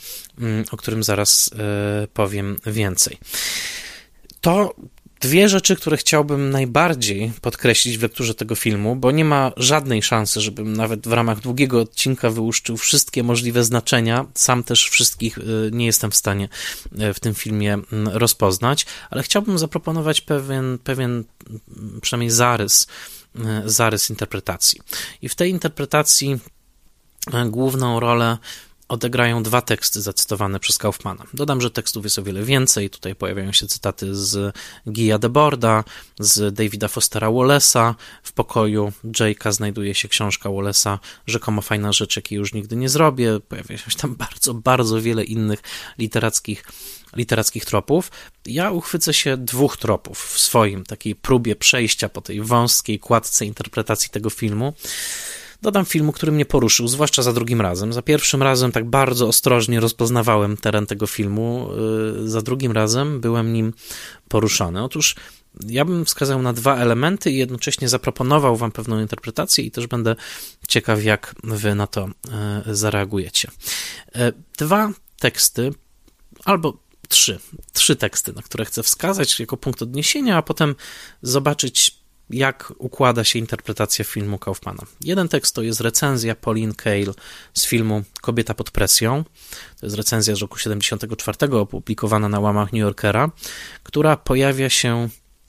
powiem więcej. To dwie rzeczy, które chciałbym najbardziej podkreślić w lekturze tego filmu, bo nie ma żadnej szansy, żebym nawet w ramach długiego odcinka wyłuszczył wszystkie możliwe znaczenia. Sam też wszystkich nie jestem w stanie w tym filmie rozpoznać, ale chciałbym zaproponować pewien przynajmniej zarys interpretacji. I w tej interpretacji główną rolę odegrają dwa teksty zacytowane przez Kaufmana. Dodam, że tekstów jest o wiele więcej. Tutaj pojawiają się cytaty z Guy'a Debord'a, z Davida Fostera Wallace'a. W pokoju Jake'a znajduje się książka Wallace'a Rzekomo fajna rzecz, jakiej już nigdy nie zrobię. Pojawia się tam bardzo, bardzo wiele innych literackich tropów. Ja uchwycę się dwóch tropów w swoim takiej próbie przejścia po tej wąskiej kładce interpretacji tego filmu. Dodam filmu, który mnie poruszył, zwłaszcza za drugim razem. Za pierwszym razem tak bardzo ostrożnie rozpoznawałem teren tego filmu, za drugim razem byłem nim poruszony. Otóż ja bym wskazał na dwa elementy i jednocześnie zaproponował wam pewną interpretację i też będę ciekaw, jak wy na to zareagujecie. Dwa teksty, albo trzy teksty, na które chcę wskazać jako punkt odniesienia, a potem zobaczyć, jak układa się interpretacja filmu Kaufmana. Jeden tekst to jest recenzja Pauline Kael z filmu Kobieta pod presją. To jest recenzja z roku 1974, opublikowana na łamach New Yorkera, która pojawia się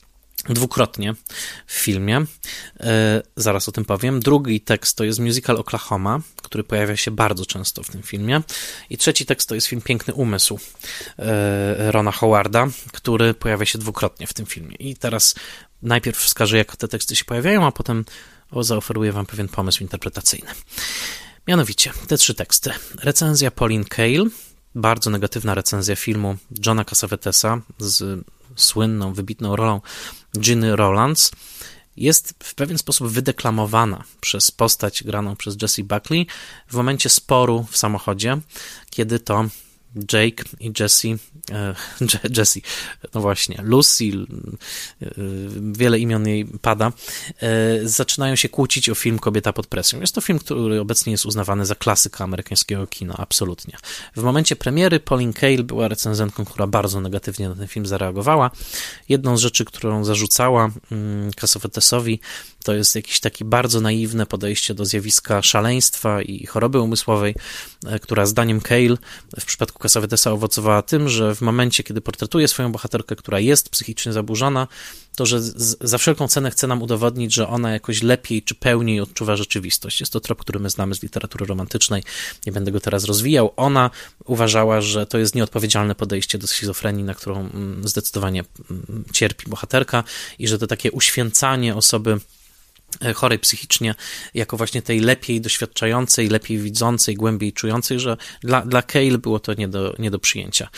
dwukrotnie w filmie. Zaraz o tym powiem. Drugi tekst to jest musical Oklahoma, który pojawia się bardzo często w tym filmie. I trzeci tekst to jest film Piękny Umysł Rona Howarda, który pojawia się dwukrotnie w tym filmie. I teraz najpierw wskażę, jak te teksty się pojawiają, a potem zaoferuję wam pewien pomysł interpretacyjny. Mianowicie, te trzy teksty. Recenzja Pauline Kael, bardzo negatywna recenzja filmu Johna Cassavetesa z słynną, wybitną rolą Ginny Rowlands, jest w pewien sposób wydeklamowana przez postać graną przez Jessie Buckley w momencie sporu w samochodzie, kiedy to Jake i Jessie, no właśnie, Lucy, wiele imion jej pada, zaczynają się kłócić o film Kobieta pod presją. Jest to film, który obecnie jest uznawany za klasykę amerykańskiego kina, absolutnie. W momencie premiery Pauline Kael była recenzentką, która bardzo negatywnie na ten film zareagowała. Jedną z rzeczy, którą zarzucała Cassavetesowi, to jest jakieś takie bardzo naiwne podejście do zjawiska szaleństwa i choroby umysłowej, która zdaniem Kael w przypadku Cassavetesa owocowała tym, że w momencie, kiedy portretuje swoją bohaterkę, która jest psychicznie zaburzona, to, że za wszelką cenę chce nam udowodnić, że ona jakoś lepiej czy pełniej odczuwa rzeczywistość. Jest to trop, który my znamy z literatury romantycznej. Nie będę go teraz rozwijał. Ona uważała, że to jest nieodpowiedzialne podejście do schizofrenii, na którą zdecydowanie cierpi bohaterka i że to takie uświęcanie osoby chorej psychicznie, jako właśnie tej lepiej doświadczającej, lepiej widzącej, głębiej czującej, że dla Kael było to nie do przyjęcia.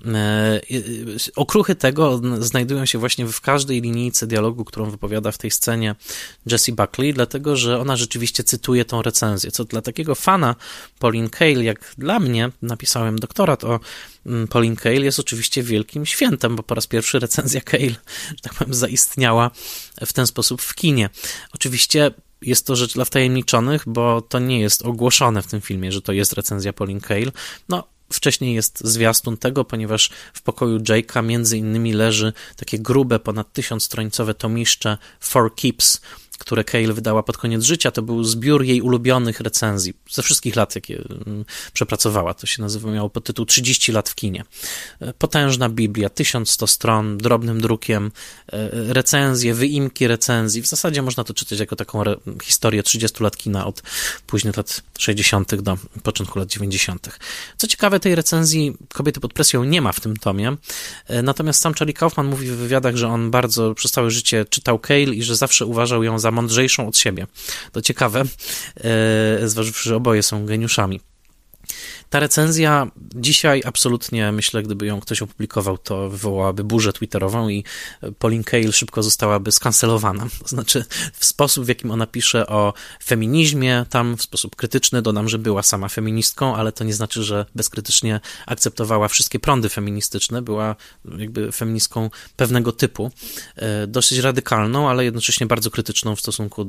Okruchy tego znajdują się właśnie w każdej linijce dialogu, którą wypowiada w tej scenie Jessie Buckley, dlatego, że ona rzeczywiście cytuje tą recenzję, co dla takiego fana Pauline Kael, jak dla mnie, napisałem doktorat o Pauline Kael, jest oczywiście wielkim świętem, bo po raz pierwszy recenzja Kael, że tak powiem, zaistniała w ten sposób w kinie. Oczywiście jest to rzecz dla wtajemniczonych, bo to nie jest ogłoszone w tym filmie, że to jest recenzja Pauline Kael. No, wcześniej jest zwiastun tego, ponieważ w pokoju Jake'a między innymi leży takie grube, ponad 1000-stronicowe tomiszcze For Keeps, które Kael wydała pod koniec życia. To był zbiór jej ulubionych recenzji ze wszystkich lat, jakie przepracowała. To się miało podtytuł 30 lat w kinie. Potężna Biblia, 1100 stron, drobnym drukiem, recenzje, wyimki recenzji. W zasadzie można to czytać jako taką historię 30 lat kina od późnych lat 60. do początku lat 90. Co ciekawe, tej recenzji Kobiety pod presją nie ma w tym tomie, natomiast sam Charlie Kaufman mówi w wywiadach, że on bardzo przez całe życie czytał Kael i że zawsze uważał ją za mądrzejszą od siebie. To ciekawe, zważywszy, że oboje są geniuszami. Ta recenzja dzisiaj absolutnie, myślę, gdyby ją ktoś opublikował, to wywołałaby burzę twitterową i Pauline Kael szybko zostałaby skancelowana. To znaczy w sposób, w jakim ona pisze o feminizmie, tam w sposób krytyczny, dodam, że była sama feministką, ale to nie znaczy, że bezkrytycznie akceptowała wszystkie prądy feministyczne. Była jakby feministką pewnego typu, dosyć radykalną, ale jednocześnie bardzo krytyczną w stosunku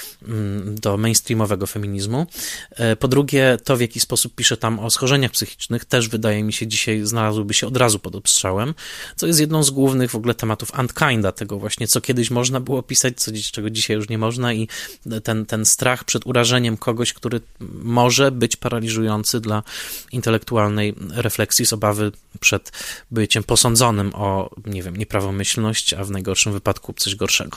do mainstreamowego feminizmu. Po drugie, to w jaki sposób pisze tam o schorzeniach psychicznych, też wydaje mi się dzisiaj znalazłyby się od razu pod obstrzałem, co jest jedną z głównych w ogóle tematów Unkind'a, tego właśnie, co kiedyś można było pisać, czego dzisiaj już nie można i ten strach przed urażeniem kogoś, który może być paraliżujący dla intelektualnej refleksji z obawy przed byciem posądzonym o, nie wiem, nieprawomyślność, a w najgorszym wypadku coś gorszego.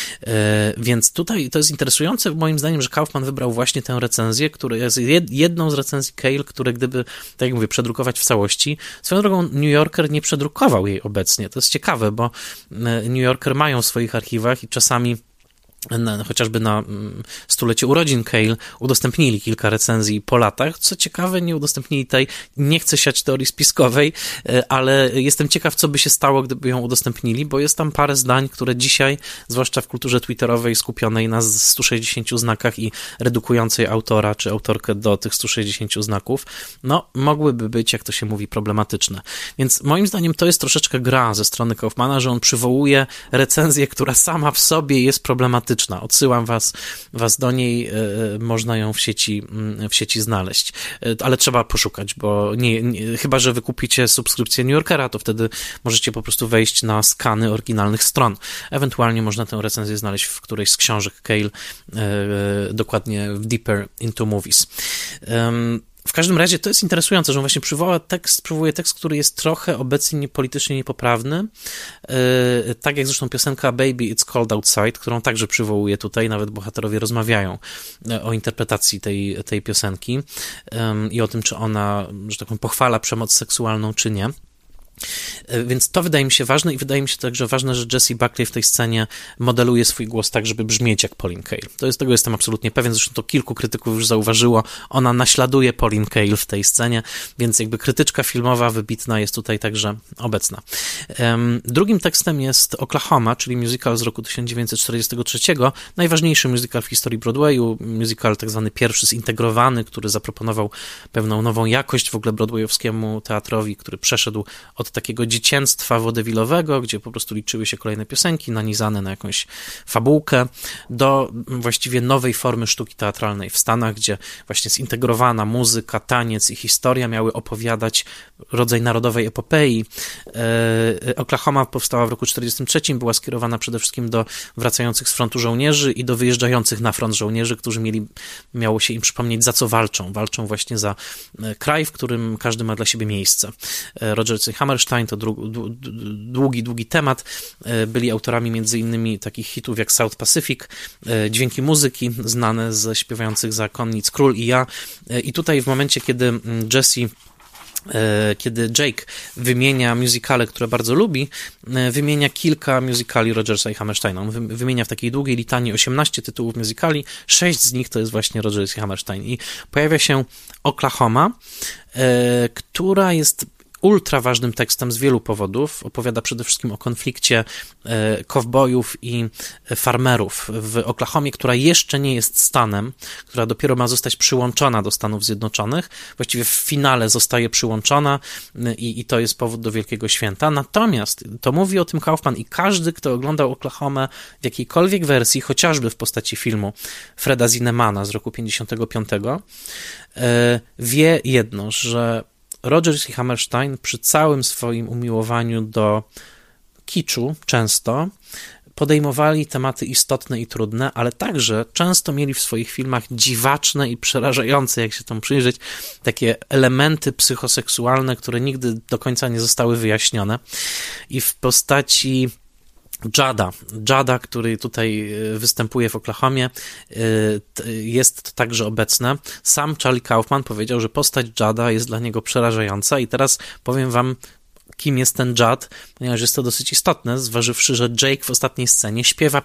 Więc tutaj to jest interesujące moim zdaniem, że Kaufman wybrał właśnie tę recenzję, która jest jedną z recenzji Kael, które gdyby, tak jak mówię, przedrukować w całości. Swoją drogą New Yorker nie przedrukował jej obecnie. To jest ciekawe, bo New Yorker mają w swoich archiwach i czasami chociażby na stulecie urodzin Kael udostępnili kilka recenzji po latach. Co ciekawe, nie udostępnili tej, nie chcę siać teorii spiskowej, ale jestem ciekaw, co by się stało, gdyby ją udostępnili, bo jest tam parę zdań, które dzisiaj, zwłaszcza w kulturze twitterowej skupionej na 160 znakach i redukującej autora czy autorkę do tych 160 znaków, no mogłyby być, jak to się mówi, problematyczne. Więc moim zdaniem to jest troszeczkę gra ze strony Kaufmana, że on przywołuje recenzję, która sama w sobie jest problematyczna. Odsyłam was do niej, można ją w sieci znaleźć, ale trzeba poszukać, bo chyba że wykupicie subskrypcję New Yorkera, to wtedy możecie po prostu wejść na skany oryginalnych stron. Ewentualnie można tę recenzję znaleźć w którejś z książek Kael, dokładnie w Deeper into Movies. W każdym razie to jest interesujące, że on właśnie przywołuje tekst, który jest trochę obecnie politycznie niepoprawny, tak jak zresztą piosenka Baby It's Cold Outside, którą także przywołuje tutaj, nawet bohaterowie rozmawiają o interpretacji tej piosenki i o tym, czy ona, że tak powiem, pochwala przemoc seksualną, czy nie. Więc to wydaje mi się ważne i wydaje mi się także ważne, że Jessie Buckley w tej scenie modeluje swój głos tak, żeby brzmieć jak Pauline Kael. Tego jestem absolutnie pewien, zresztą to kilku krytyków już zauważyło, ona naśladuje Pauline Kael w tej scenie, więc jakby krytyczka filmowa wybitna jest tutaj także obecna. Drugim tekstem jest Oklahoma, czyli musical z roku 1943, najważniejszy musical w historii Broadwayu, musical tak zwany pierwszy zintegrowany, który zaproponował pewną nową jakość w ogóle broadwayowskiemu teatrowi, który przeszedł od takiego dziecięctwa wodewilowego, gdzie po prostu liczyły się kolejne piosenki nanizane na jakąś fabułkę, do właściwie nowej formy sztuki teatralnej w Stanach, gdzie właśnie zintegrowana muzyka, taniec i historia miały opowiadać rodzaj narodowej epopei. Oklahoma powstała w roku 1943, była skierowana przede wszystkim do wracających z frontu żołnierzy i do wyjeżdżających na front żołnierzy, którzy miało się im przypomnieć, za co walczą. Walczą właśnie za kraj, w którym każdy ma dla siebie miejsce. Roger C. Hammerstein to długi temat. Byli autorami między innymi takich hitów jak South Pacific, Dźwięki muzyki, znane ze śpiewających zakonnic Król i ja. I tutaj w momencie, kiedy Jake wymienia musicale, które bardzo lubi, wymienia kilka musicali Rogersa i Hammersteina. On wymienia w takiej długiej litanii 18 tytułów musicali, 6 z nich to jest właśnie Rogers i Hammerstein. I pojawia się Oklahoma, która jest ultra ważnym tekstem z wielu powodów. Opowiada przede wszystkim o konflikcie kowbojów i farmerów w Oklahomie, która jeszcze nie jest stanem, która dopiero ma zostać przyłączona do Stanów Zjednoczonych. Właściwie w finale zostaje przyłączona i to jest powód do wielkiego święta. Natomiast to mówi o tym Kaufman i każdy, kto oglądał Oklahomę w jakiejkolwiek wersji, chociażby w postaci filmu Freda Zinnemana z roku 55, wie jedno, że Rogers i Hammerstein przy całym swoim umiłowaniu do kiczu często podejmowali tematy istotne i trudne, ale także często mieli w swoich filmach dziwaczne i przerażające, jak się tam przyjrzeć, takie elementy psychoseksualne, które nigdy do końca nie zostały wyjaśnione. I w postaci Jada, który tutaj występuje w Oklahomie, jest to także obecne. Sam Charlie Kaufman powiedział, że postać Jada jest dla niego przerażająca i teraz powiem wam, kim jest ten Judd, ponieważ jest to dosyć istotne, zważywszy, że Jake w ostatniej scenie śpiewa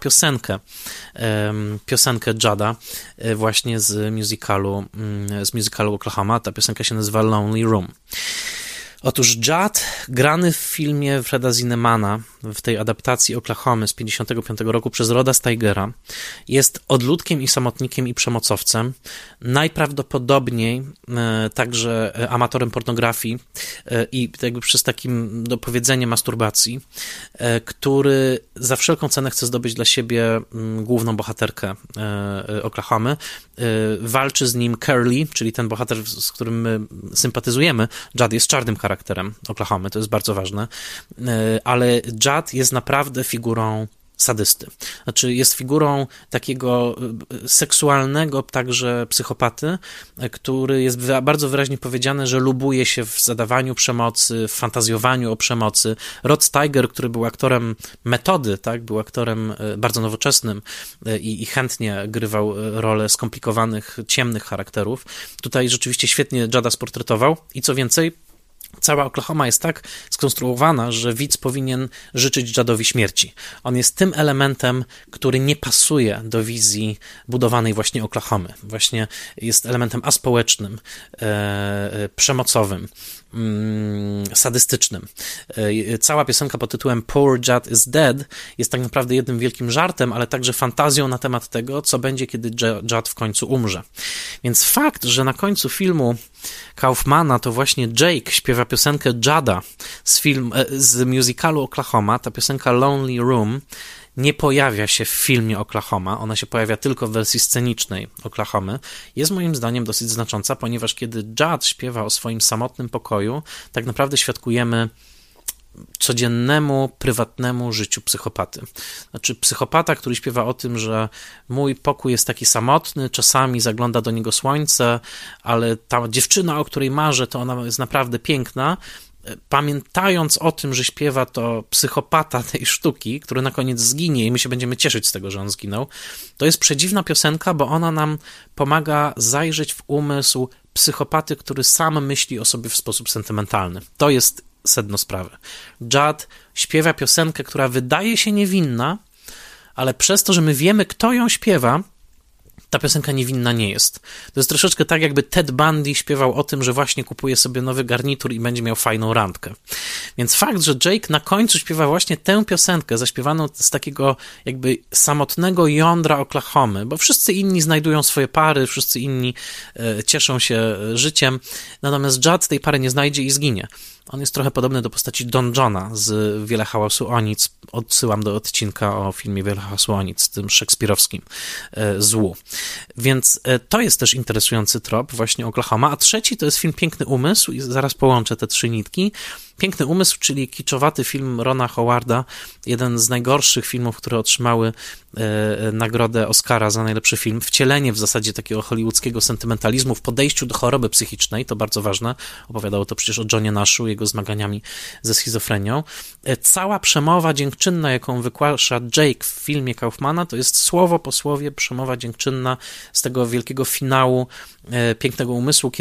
piosenkę Judda właśnie z musicalu Oklahoma. Ta piosenka się nazywa Lonely Room. Otóż Judd, grany w filmie Freda Zinnemana, w tej adaptacji Oklahomy z 55 roku przez Roda Steigera, jest odludkiem i samotnikiem i przemocowcem, najprawdopodobniej także amatorem pornografii i jakby przez takim dopowiedzenie masturbacji, który za wszelką cenę chce zdobyć dla siebie główną bohaterkę Oklahomy. Walczy z nim Curly, czyli ten bohater, z którym my sympatyzujemy. Judd jest czarnym charakterem Oklahomy, to jest bardzo ważne, ale Judd jest naprawdę figurą sadysty. Znaczy jest figurą takiego seksualnego także psychopaty, który jest bardzo wyraźnie powiedziane, że lubuje się w zadawaniu przemocy, w fantazjowaniu o przemocy. Rod Steiger, który był aktorem metody, tak, był aktorem bardzo nowoczesnym i chętnie grywał rolę skomplikowanych, ciemnych charakterów. Tutaj rzeczywiście świetnie Judda sportretował i co więcej, cała Oklahoma jest tak skonstruowana, że widz powinien życzyć Juddowi śmierci. On jest tym elementem, który nie pasuje do wizji budowanej właśnie Oklahomy. Właśnie jest elementem aspołecznym, przemocowym, sadystycznym. Cała piosenka pod tytułem Poor Judd is Dead jest tak naprawdę jednym wielkim żartem, ale także fantazją na temat tego, co będzie, kiedy Judd w końcu umrze. Więc fakt, że na końcu filmu Kaufmana to właśnie Jake śpiewa piosenkę Judda z musicalu Oklahoma, ta piosenka Lonely Room nie pojawia się w filmie Oklahoma, ona się pojawia tylko w wersji scenicznej Oklahomy, jest moim zdaniem dosyć znacząca, ponieważ kiedy Judd śpiewa o swoim samotnym pokoju, tak naprawdę świadkujemy codziennemu, prywatnemu życiu psychopaty. Znaczy psychopata, który śpiewa o tym, że mój pokój jest taki samotny, czasami zagląda do niego słońce, ale ta dziewczyna, o której marzę, to ona jest naprawdę piękna. Pamiętając o tym, że śpiewa to psychopata tej sztuki, który na koniec zginie i my się będziemy cieszyć z tego, że on zginął, to jest przedziwna piosenka, bo ona nam pomaga zajrzeć w umysł psychopaty, który sam myśli o sobie w sposób sentymentalny. To jest sedno sprawy. Judd śpiewa piosenkę, która wydaje się niewinna, ale przez to, że my wiemy, kto ją śpiewa, ta piosenka niewinna nie jest. To jest troszeczkę tak, jakby Ted Bundy śpiewał o tym, że właśnie kupuje sobie nowy garnitur i będzie miał fajną randkę. Więc fakt, że Jake na końcu śpiewa właśnie tę piosenkę, zaśpiewaną z takiego jakby samotnego jądra Oklahomy, bo wszyscy inni znajdują swoje pary, wszyscy inni cieszą się życiem, natomiast Judd tej pary nie znajdzie i zginie. On jest trochę podobny do postaci Don Johna z Wiele hałasu o nic. Odsyłam do odcinka o filmie Wiele hałasu o nic, tym szekspirowskim złu. Więc to jest też interesujący trop, właśnie Oklahoma. A trzeci to jest film Piękny umysł i zaraz połączę te trzy nitki. Piękny umysł, czyli kiczowaty film Rona Howarda, jeden z najgorszych filmów, które otrzymały nagrodę Oscara za najlepszy film. Wcielenie w zasadzie takiego hollywoodzkiego sentymentalizmu w podejściu do choroby psychicznej, to bardzo ważne. Opowiadało to przecież o Johnie Nashu, jego zmaganiami ze schizofrenią. Cała przemowa dziękczynna, jaką wygłasza Jake w filmie Kaufmana, to jest słowo po słowie przemowa dziękczynna z tego wielkiego finału Pięknego umysłu,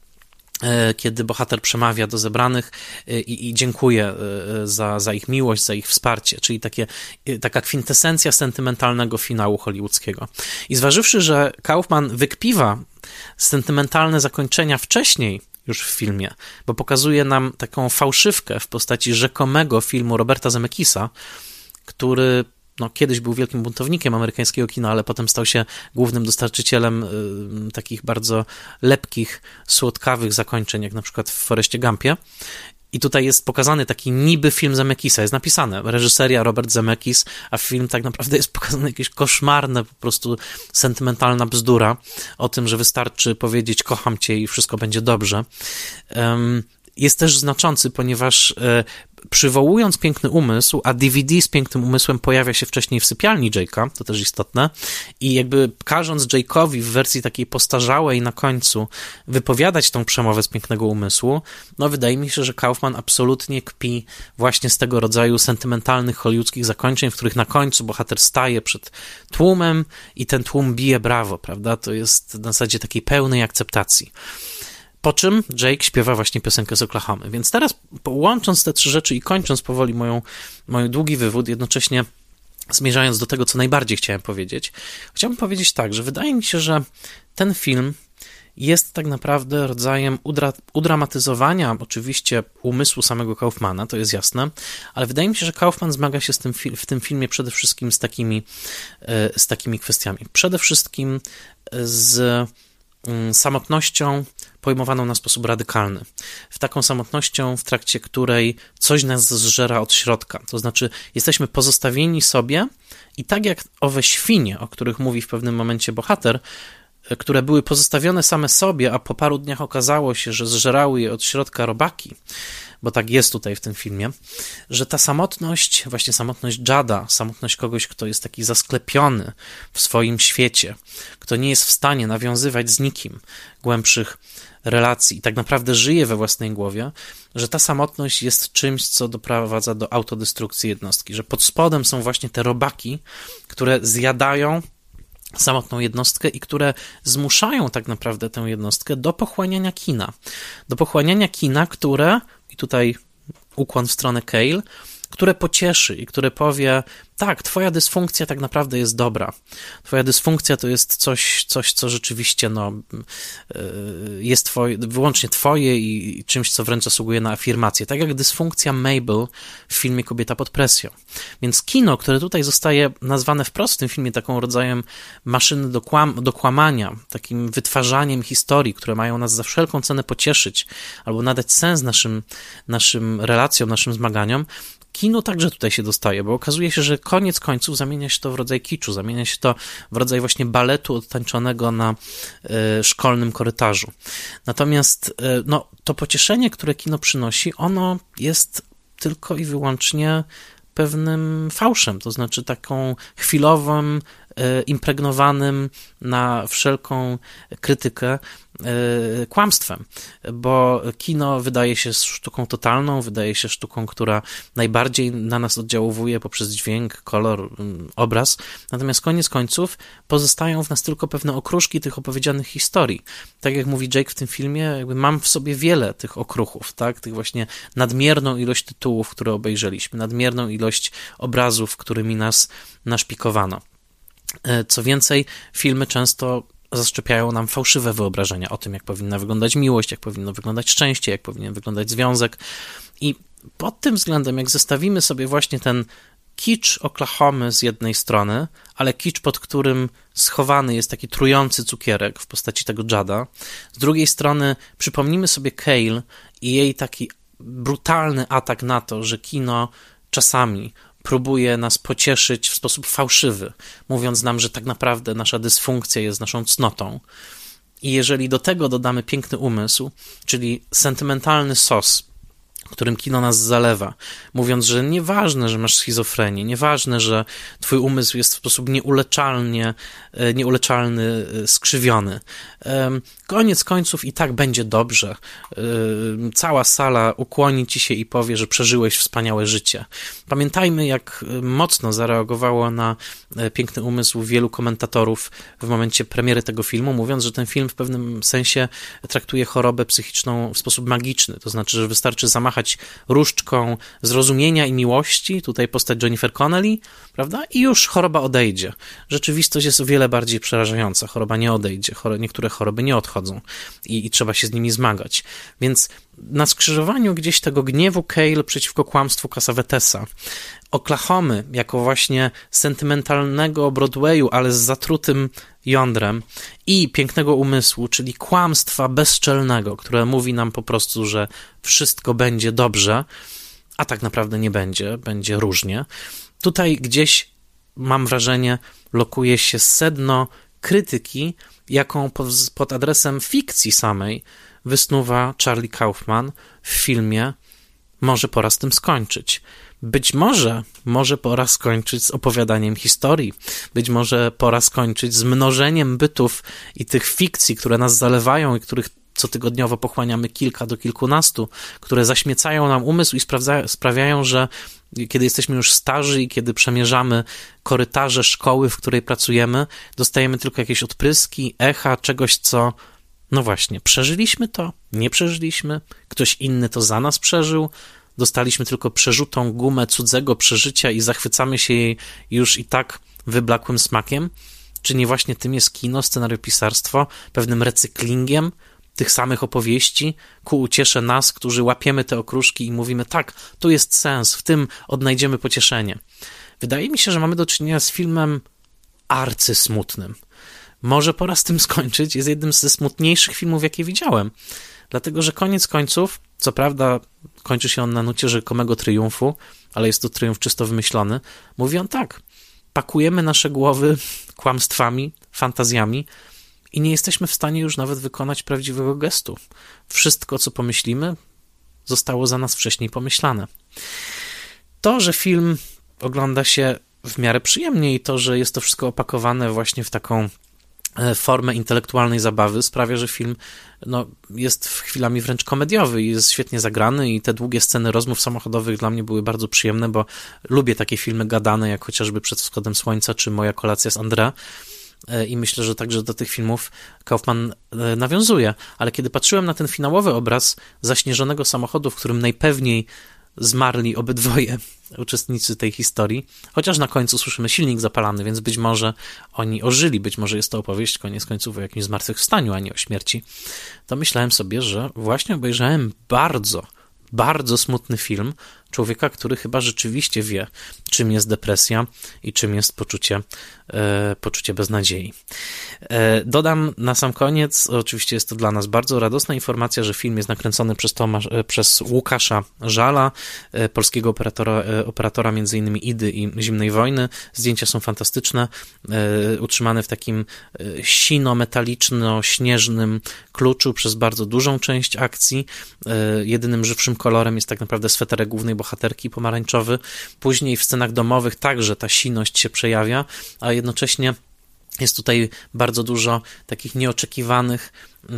kiedy bohater przemawia do zebranych i dziękuję za ich miłość, za ich wsparcie, czyli taka kwintesencja sentymentalnego finału hollywoodzkiego. I zważywszy, że Kaufman wykpiwa sentymentalne zakończenia wcześniej już w filmie, bo pokazuje nam taką fałszywkę w postaci rzekomego filmu Roberta Zemeckisa, który kiedyś był wielkim buntownikiem amerykańskiego kina, ale potem stał się głównym dostarczycielem takich bardzo lepkich, słodkawych zakończeń, jak na przykład w Forrestie Gumpie. I tutaj jest pokazany taki niby film Zemeckisa. Jest napisane reżyseria Robert Zemeckis, a film tak naprawdę jest pokazane jakieś koszmarne, po prostu sentymentalna bzdura o tym, że wystarczy powiedzieć kocham cię i wszystko będzie dobrze. Jest też znaczący, ponieważ przywołując Piękny umysł, a DVD z Pięknym umysłem pojawia się wcześniej w sypialni Jake'a, to też istotne, i jakby każąc Jake'owi w wersji takiej postarzałej na końcu wypowiadać tą przemowę z Pięknego umysłu, wydaje mi się, że Kaufman absolutnie kpi właśnie z tego rodzaju sentymentalnych hollywoodzkich zakończeń, w których na końcu bohater staje przed tłumem i ten tłum bije brawo, prawda? To jest na zasadzie takiej pełnej akceptacji. Po czym Jake śpiewa właśnie piosenkę z Oklahomy. Więc teraz łącząc te trzy rzeczy i kończąc powoli mój długi wywód, jednocześnie zmierzając do tego, co najbardziej chciałem powiedzieć, chciałbym powiedzieć tak, że wydaje mi się, że ten film jest tak naprawdę rodzajem udramatyzowania oczywiście umysłu samego Kaufmana, to jest jasne, ale wydaje mi się, że Kaufman zmaga się w tym filmie przede wszystkim z takimi kwestiami. Przede wszystkim z samotnością pojmowaną na sposób radykalny. W taką samotnością, w trakcie której coś nas zżera od środka. To znaczy, jesteśmy pozostawieni sobie i tak jak owe świnie, o których mówi w pewnym momencie bohater, które były pozostawione same sobie, a po paru dniach okazało się, że zżerały je od środka robaki, bo tak jest tutaj w tym filmie, że ta samotność, właśnie samotność Judda, samotność kogoś, kto jest taki zasklepiony w swoim świecie, kto nie jest w stanie nawiązywać z nikim głębszych relacji i tak naprawdę żyje we własnej głowie, że ta samotność jest czymś, co doprowadza do autodestrukcji jednostki, że pod spodem są właśnie te robaki, które zjadają samotną jednostkę i które zmuszają tak naprawdę tę jednostkę do pochłaniania kina. Do pochłaniania kina, które, i tutaj ukłon w stronę Cale, które pocieszy i które powie, tak, twoja dysfunkcja tak naprawdę jest dobra. Twoja dysfunkcja to jest coś co rzeczywiście jest wyłącznie twoje i czymś, co wręcz zasługuje na afirmację. Tak jak dysfunkcja Mabel w filmie Kobieta pod presją. Więc kino, które tutaj zostaje nazwane wprost w tym filmie taką rodzajem maszyny do kłamania, takim wytwarzaniem historii, które mają nas za wszelką cenę pocieszyć albo nadać sens naszym relacjom, naszym zmaganiom, kino także tutaj się dostaje, bo okazuje się, że koniec końców zamienia się to w rodzaj kiczu, zamienia się to w rodzaj właśnie baletu odtańczonego na szkolnym korytarzu. Natomiast to pocieszenie, które kino przynosi, ono jest tylko i wyłącznie pewnym fałszem, to znaczy taką chwilowym, impregnowanym na wszelką krytykę kłamstwem, bo kino wydaje się sztuką totalną, wydaje się sztuką, która najbardziej na nas oddziałuje poprzez dźwięk, kolor, obraz, natomiast koniec końców pozostają w nas tylko pewne okruszki tych opowiedzianych historii. Tak jak mówi Jake w tym filmie, jakby mam w sobie wiele tych okruchów, tak? Tych właśnie nadmierną ilość tytułów, które obejrzeliśmy, nadmierną ilość obrazów, którymi nas naszpikowano. Co więcej, filmy często zaszczepiają nam fałszywe wyobrażenia o tym, jak powinna wyglądać miłość, jak powinno wyglądać szczęście, jak powinien wyglądać związek. I pod tym względem, jak zestawimy sobie właśnie ten kicz Oklahomy z jednej strony, ale kicz, pod którym schowany jest taki trujący cukierek w postaci tego Jada, z drugiej strony przypomnimy sobie Cale i jej taki brutalny atak na to, że kino czasami próbuje nas pocieszyć w sposób fałszywy, mówiąc nam, że tak naprawdę nasza dysfunkcja jest naszą cnotą. I jeżeli do tego dodamy piękny umysł, czyli sentymentalny sos, którym kino nas zalewa, mówiąc, że nieważne, że masz schizofrenię, nieważne, że twój umysł jest w sposób nieuleczalny, skrzywiony. Koniec końców i tak będzie dobrze. Cała sala ukłoni ci się i powie, że przeżyłeś wspaniałe życie. Pamiętajmy, jak mocno zareagowało na piękny umysł wielu komentatorów w momencie premiery tego filmu, mówiąc, że ten film w pewnym sensie traktuje chorobę psychiczną w sposób magiczny. To znaczy, że wystarczy zamachać różdżką zrozumienia i miłości, tutaj postać Jennifer Connelly, prawda? I już choroba odejdzie. Rzeczywistość jest o wiele bardziej przerażająca. Choroba nie odejdzie. Niektóre choroby nie odchodzą i trzeba się z nimi zmagać. Więc na skrzyżowaniu gdzieś tego gniewu Cale przeciwko kłamstwu Cassavetesa, Oklahomy jako właśnie sentymentalnego Broadwayu, ale z zatrutym jądrem i pięknego umysłu, czyli kłamstwa bezczelnego, które mówi nam po prostu, że wszystko będzie dobrze, a tak naprawdę nie będzie, będzie różnie. Tutaj gdzieś, mam wrażenie, lokuje się sedno krytyki, jaką pod adresem fikcji samej wysnuwa Charlie Kaufman w filmie Może pora z tym skończyć. Być może pora skończyć z opowiadaniem historii. Być może pora skończyć z mnożeniem bytów i tych fikcji, które nas zalewają i których cotygodniowo pochłaniamy kilka do kilkunastu, które zaśmiecają nam umysł i sprawiają, że kiedy jesteśmy już starzy i kiedy przemierzamy korytarze szkoły, w której pracujemy, dostajemy tylko jakieś odpryski, echa, czegoś, co no właśnie, przeżyliśmy to, nie przeżyliśmy, ktoś inny to za nas przeżył, dostaliśmy tylko przerzutą gumę cudzego przeżycia i zachwycamy się jej już i tak wyblakłym smakiem? Czy nie właśnie tym jest kino, scenariopisarstwo, pewnym recyklingiem tych samych opowieści ku uciesze nas, którzy łapiemy te okruszki i mówimy, tak, tu jest sens, w tym odnajdziemy pocieszenie. Wydaje mi się, że mamy do czynienia z filmem arcysmutnym. Może pora z tym skończyć jest jednym ze smutniejszych filmów, jakie widziałem. Dlatego, że koniec końców, co prawda kończy się on na nucie rzekomego triumfu, ale jest to triumf czysto wymyślony, mówi on tak, pakujemy nasze głowy kłamstwami, fantazjami i nie jesteśmy w stanie już nawet wykonać prawdziwego gestu. Wszystko, co pomyślimy, zostało za nas wcześniej pomyślane. To, że film ogląda się w miarę przyjemnie i to, że jest to wszystko opakowane właśnie w taką formę intelektualnej zabawy sprawia, że film jest chwilami wręcz komediowy i jest świetnie zagrany i te długie sceny rozmów samochodowych dla mnie były bardzo przyjemne, bo lubię takie filmy gadane, jak chociażby Przed wschodem słońca czy Moja kolacja z André i myślę, że także do tych filmów Kaufman nawiązuje, ale kiedy patrzyłem na ten finałowy obraz zaśnieżonego samochodu, w którym najpewniej zmarli obydwoje uczestnicy tej historii, chociaż na końcu słyszymy silnik zapalany, więc być może oni ożyli, być może jest to opowieść koniec końców o jakimś zmartwychwstaniu, a nie o śmierci, to myślałem sobie, że właśnie obejrzałem bardzo, bardzo smutny film człowieka, który chyba rzeczywiście wie, czym jest depresja i czym jest poczucie beznadziei. Dodam na sam koniec, oczywiście jest to dla nas bardzo radosna informacja, że film jest nakręcony przez Łukasza Żala, polskiego operatora między innymi Idy i Zimnej Wojny. Zdjęcia są fantastyczne, utrzymane w takim sino-metaliczno-śnieżnym kluczu przez bardzo dużą część akcji. Jedynym żywszym kolorem jest tak naprawdę sweterek głównej bohaterki pomarańczowy. Później w scenach domowych także ta siność się przejawia, a jednocześnie jest tutaj bardzo dużo takich nieoczekiwanych,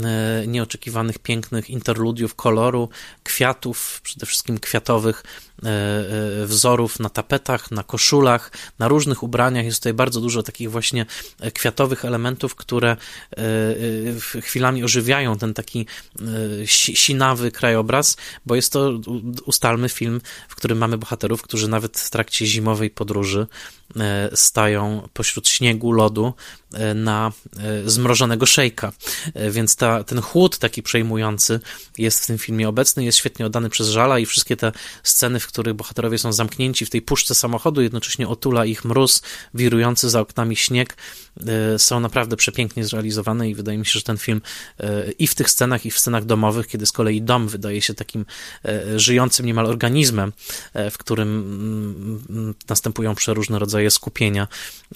pięknych interludiów koloru, kwiatów, przede wszystkim kwiatowych wzorów na tapetach, na koszulach, na różnych ubraniach. Jest tutaj bardzo dużo takich właśnie kwiatowych elementów, które chwilami ożywiają ten taki sinawy krajobraz, bo jest to, ustalmy, film, w którym mamy bohaterów, którzy nawet w trakcie zimowej podróży stają pośród śniegu, lodu na zmrożonego szejka. Więc ten chłód taki przejmujący jest w tym filmie obecny, jest świetnie oddany przez Żala i wszystkie te sceny, w których bohaterowie są zamknięci w tej puszce samochodu, jednocześnie otula ich mróz, wirujący za oknami śnieg, są naprawdę przepięknie zrealizowane i wydaje mi się, że ten film i w tych scenach, i w scenach domowych, kiedy z kolei dom wydaje się takim żyjącym niemal organizmem, w którym następują przeróżne rodzaje skupienia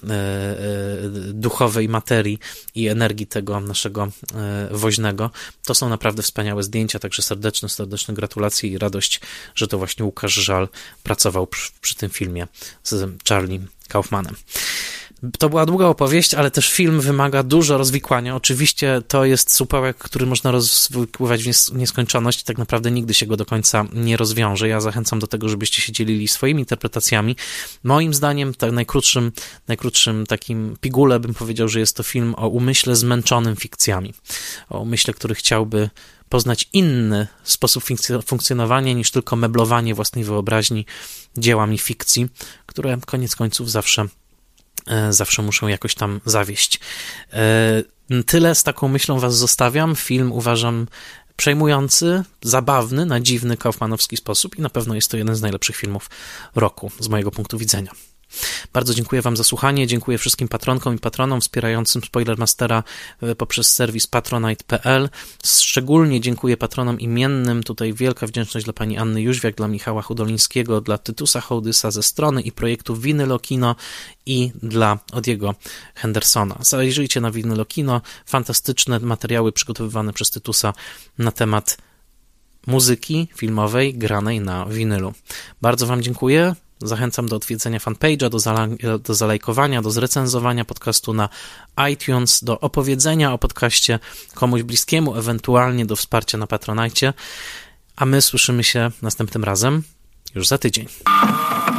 duchowej materii i energii tego naszego woźnego. To są naprawdę wspaniałe zdjęcia, także serdeczne gratulacje i radość, że to właśnie Łukasz Żal pracował przy tym filmie z Charlie Kaufmanem. To była długa opowieść, ale też film wymaga dużo rozwikłania. Oczywiście to jest supełek, który można rozwikływać w nieskończoność i tak naprawdę nigdy się go do końca nie rozwiąże. Ja zachęcam do tego, żebyście się dzielili swoimi interpretacjami. Moim zdaniem, tak najkrótszym takim pigułę bym powiedział, że jest to film o umyśle zmęczonym fikcjami. O umyśle, który chciałby poznać inny sposób funkcjonowania niż tylko meblowanie własnej wyobraźni dziełami fikcji, które koniec końców zawsze muszą jakoś tam zawieść. Tyle z taką myślą was zostawiam. Film uważam przejmujący, zabawny, na dziwny kaufmanowski sposób i na pewno jest to jeden z najlepszych filmów roku z mojego punktu widzenia. Bardzo dziękuję wam za słuchanie, dziękuję wszystkim patronkom i patronom wspierającym Spoilermastera poprzez serwis patronite.pl. Szczególnie dziękuję patronom imiennym, tutaj wielka wdzięczność dla pani Anny Jóźwiak, dla Michała Hudolińskiego, dla Tytusa Hołdysa ze strony i projektu Vinylo Kino i dla Odiego Hendersona. Zajrzyjcie na Vinylo Kino, fantastyczne materiały przygotowywane przez Tytusa na temat muzyki filmowej granej na winylu. Bardzo wam dziękuję. Zachęcam do odwiedzenia fanpage'a, do zalajkowania, do zrecenzowania podcastu na iTunes, do opowiedzenia o podcaście komuś bliskiemu, ewentualnie do wsparcia na Patronite. A my słyszymy się następnym razem już za tydzień.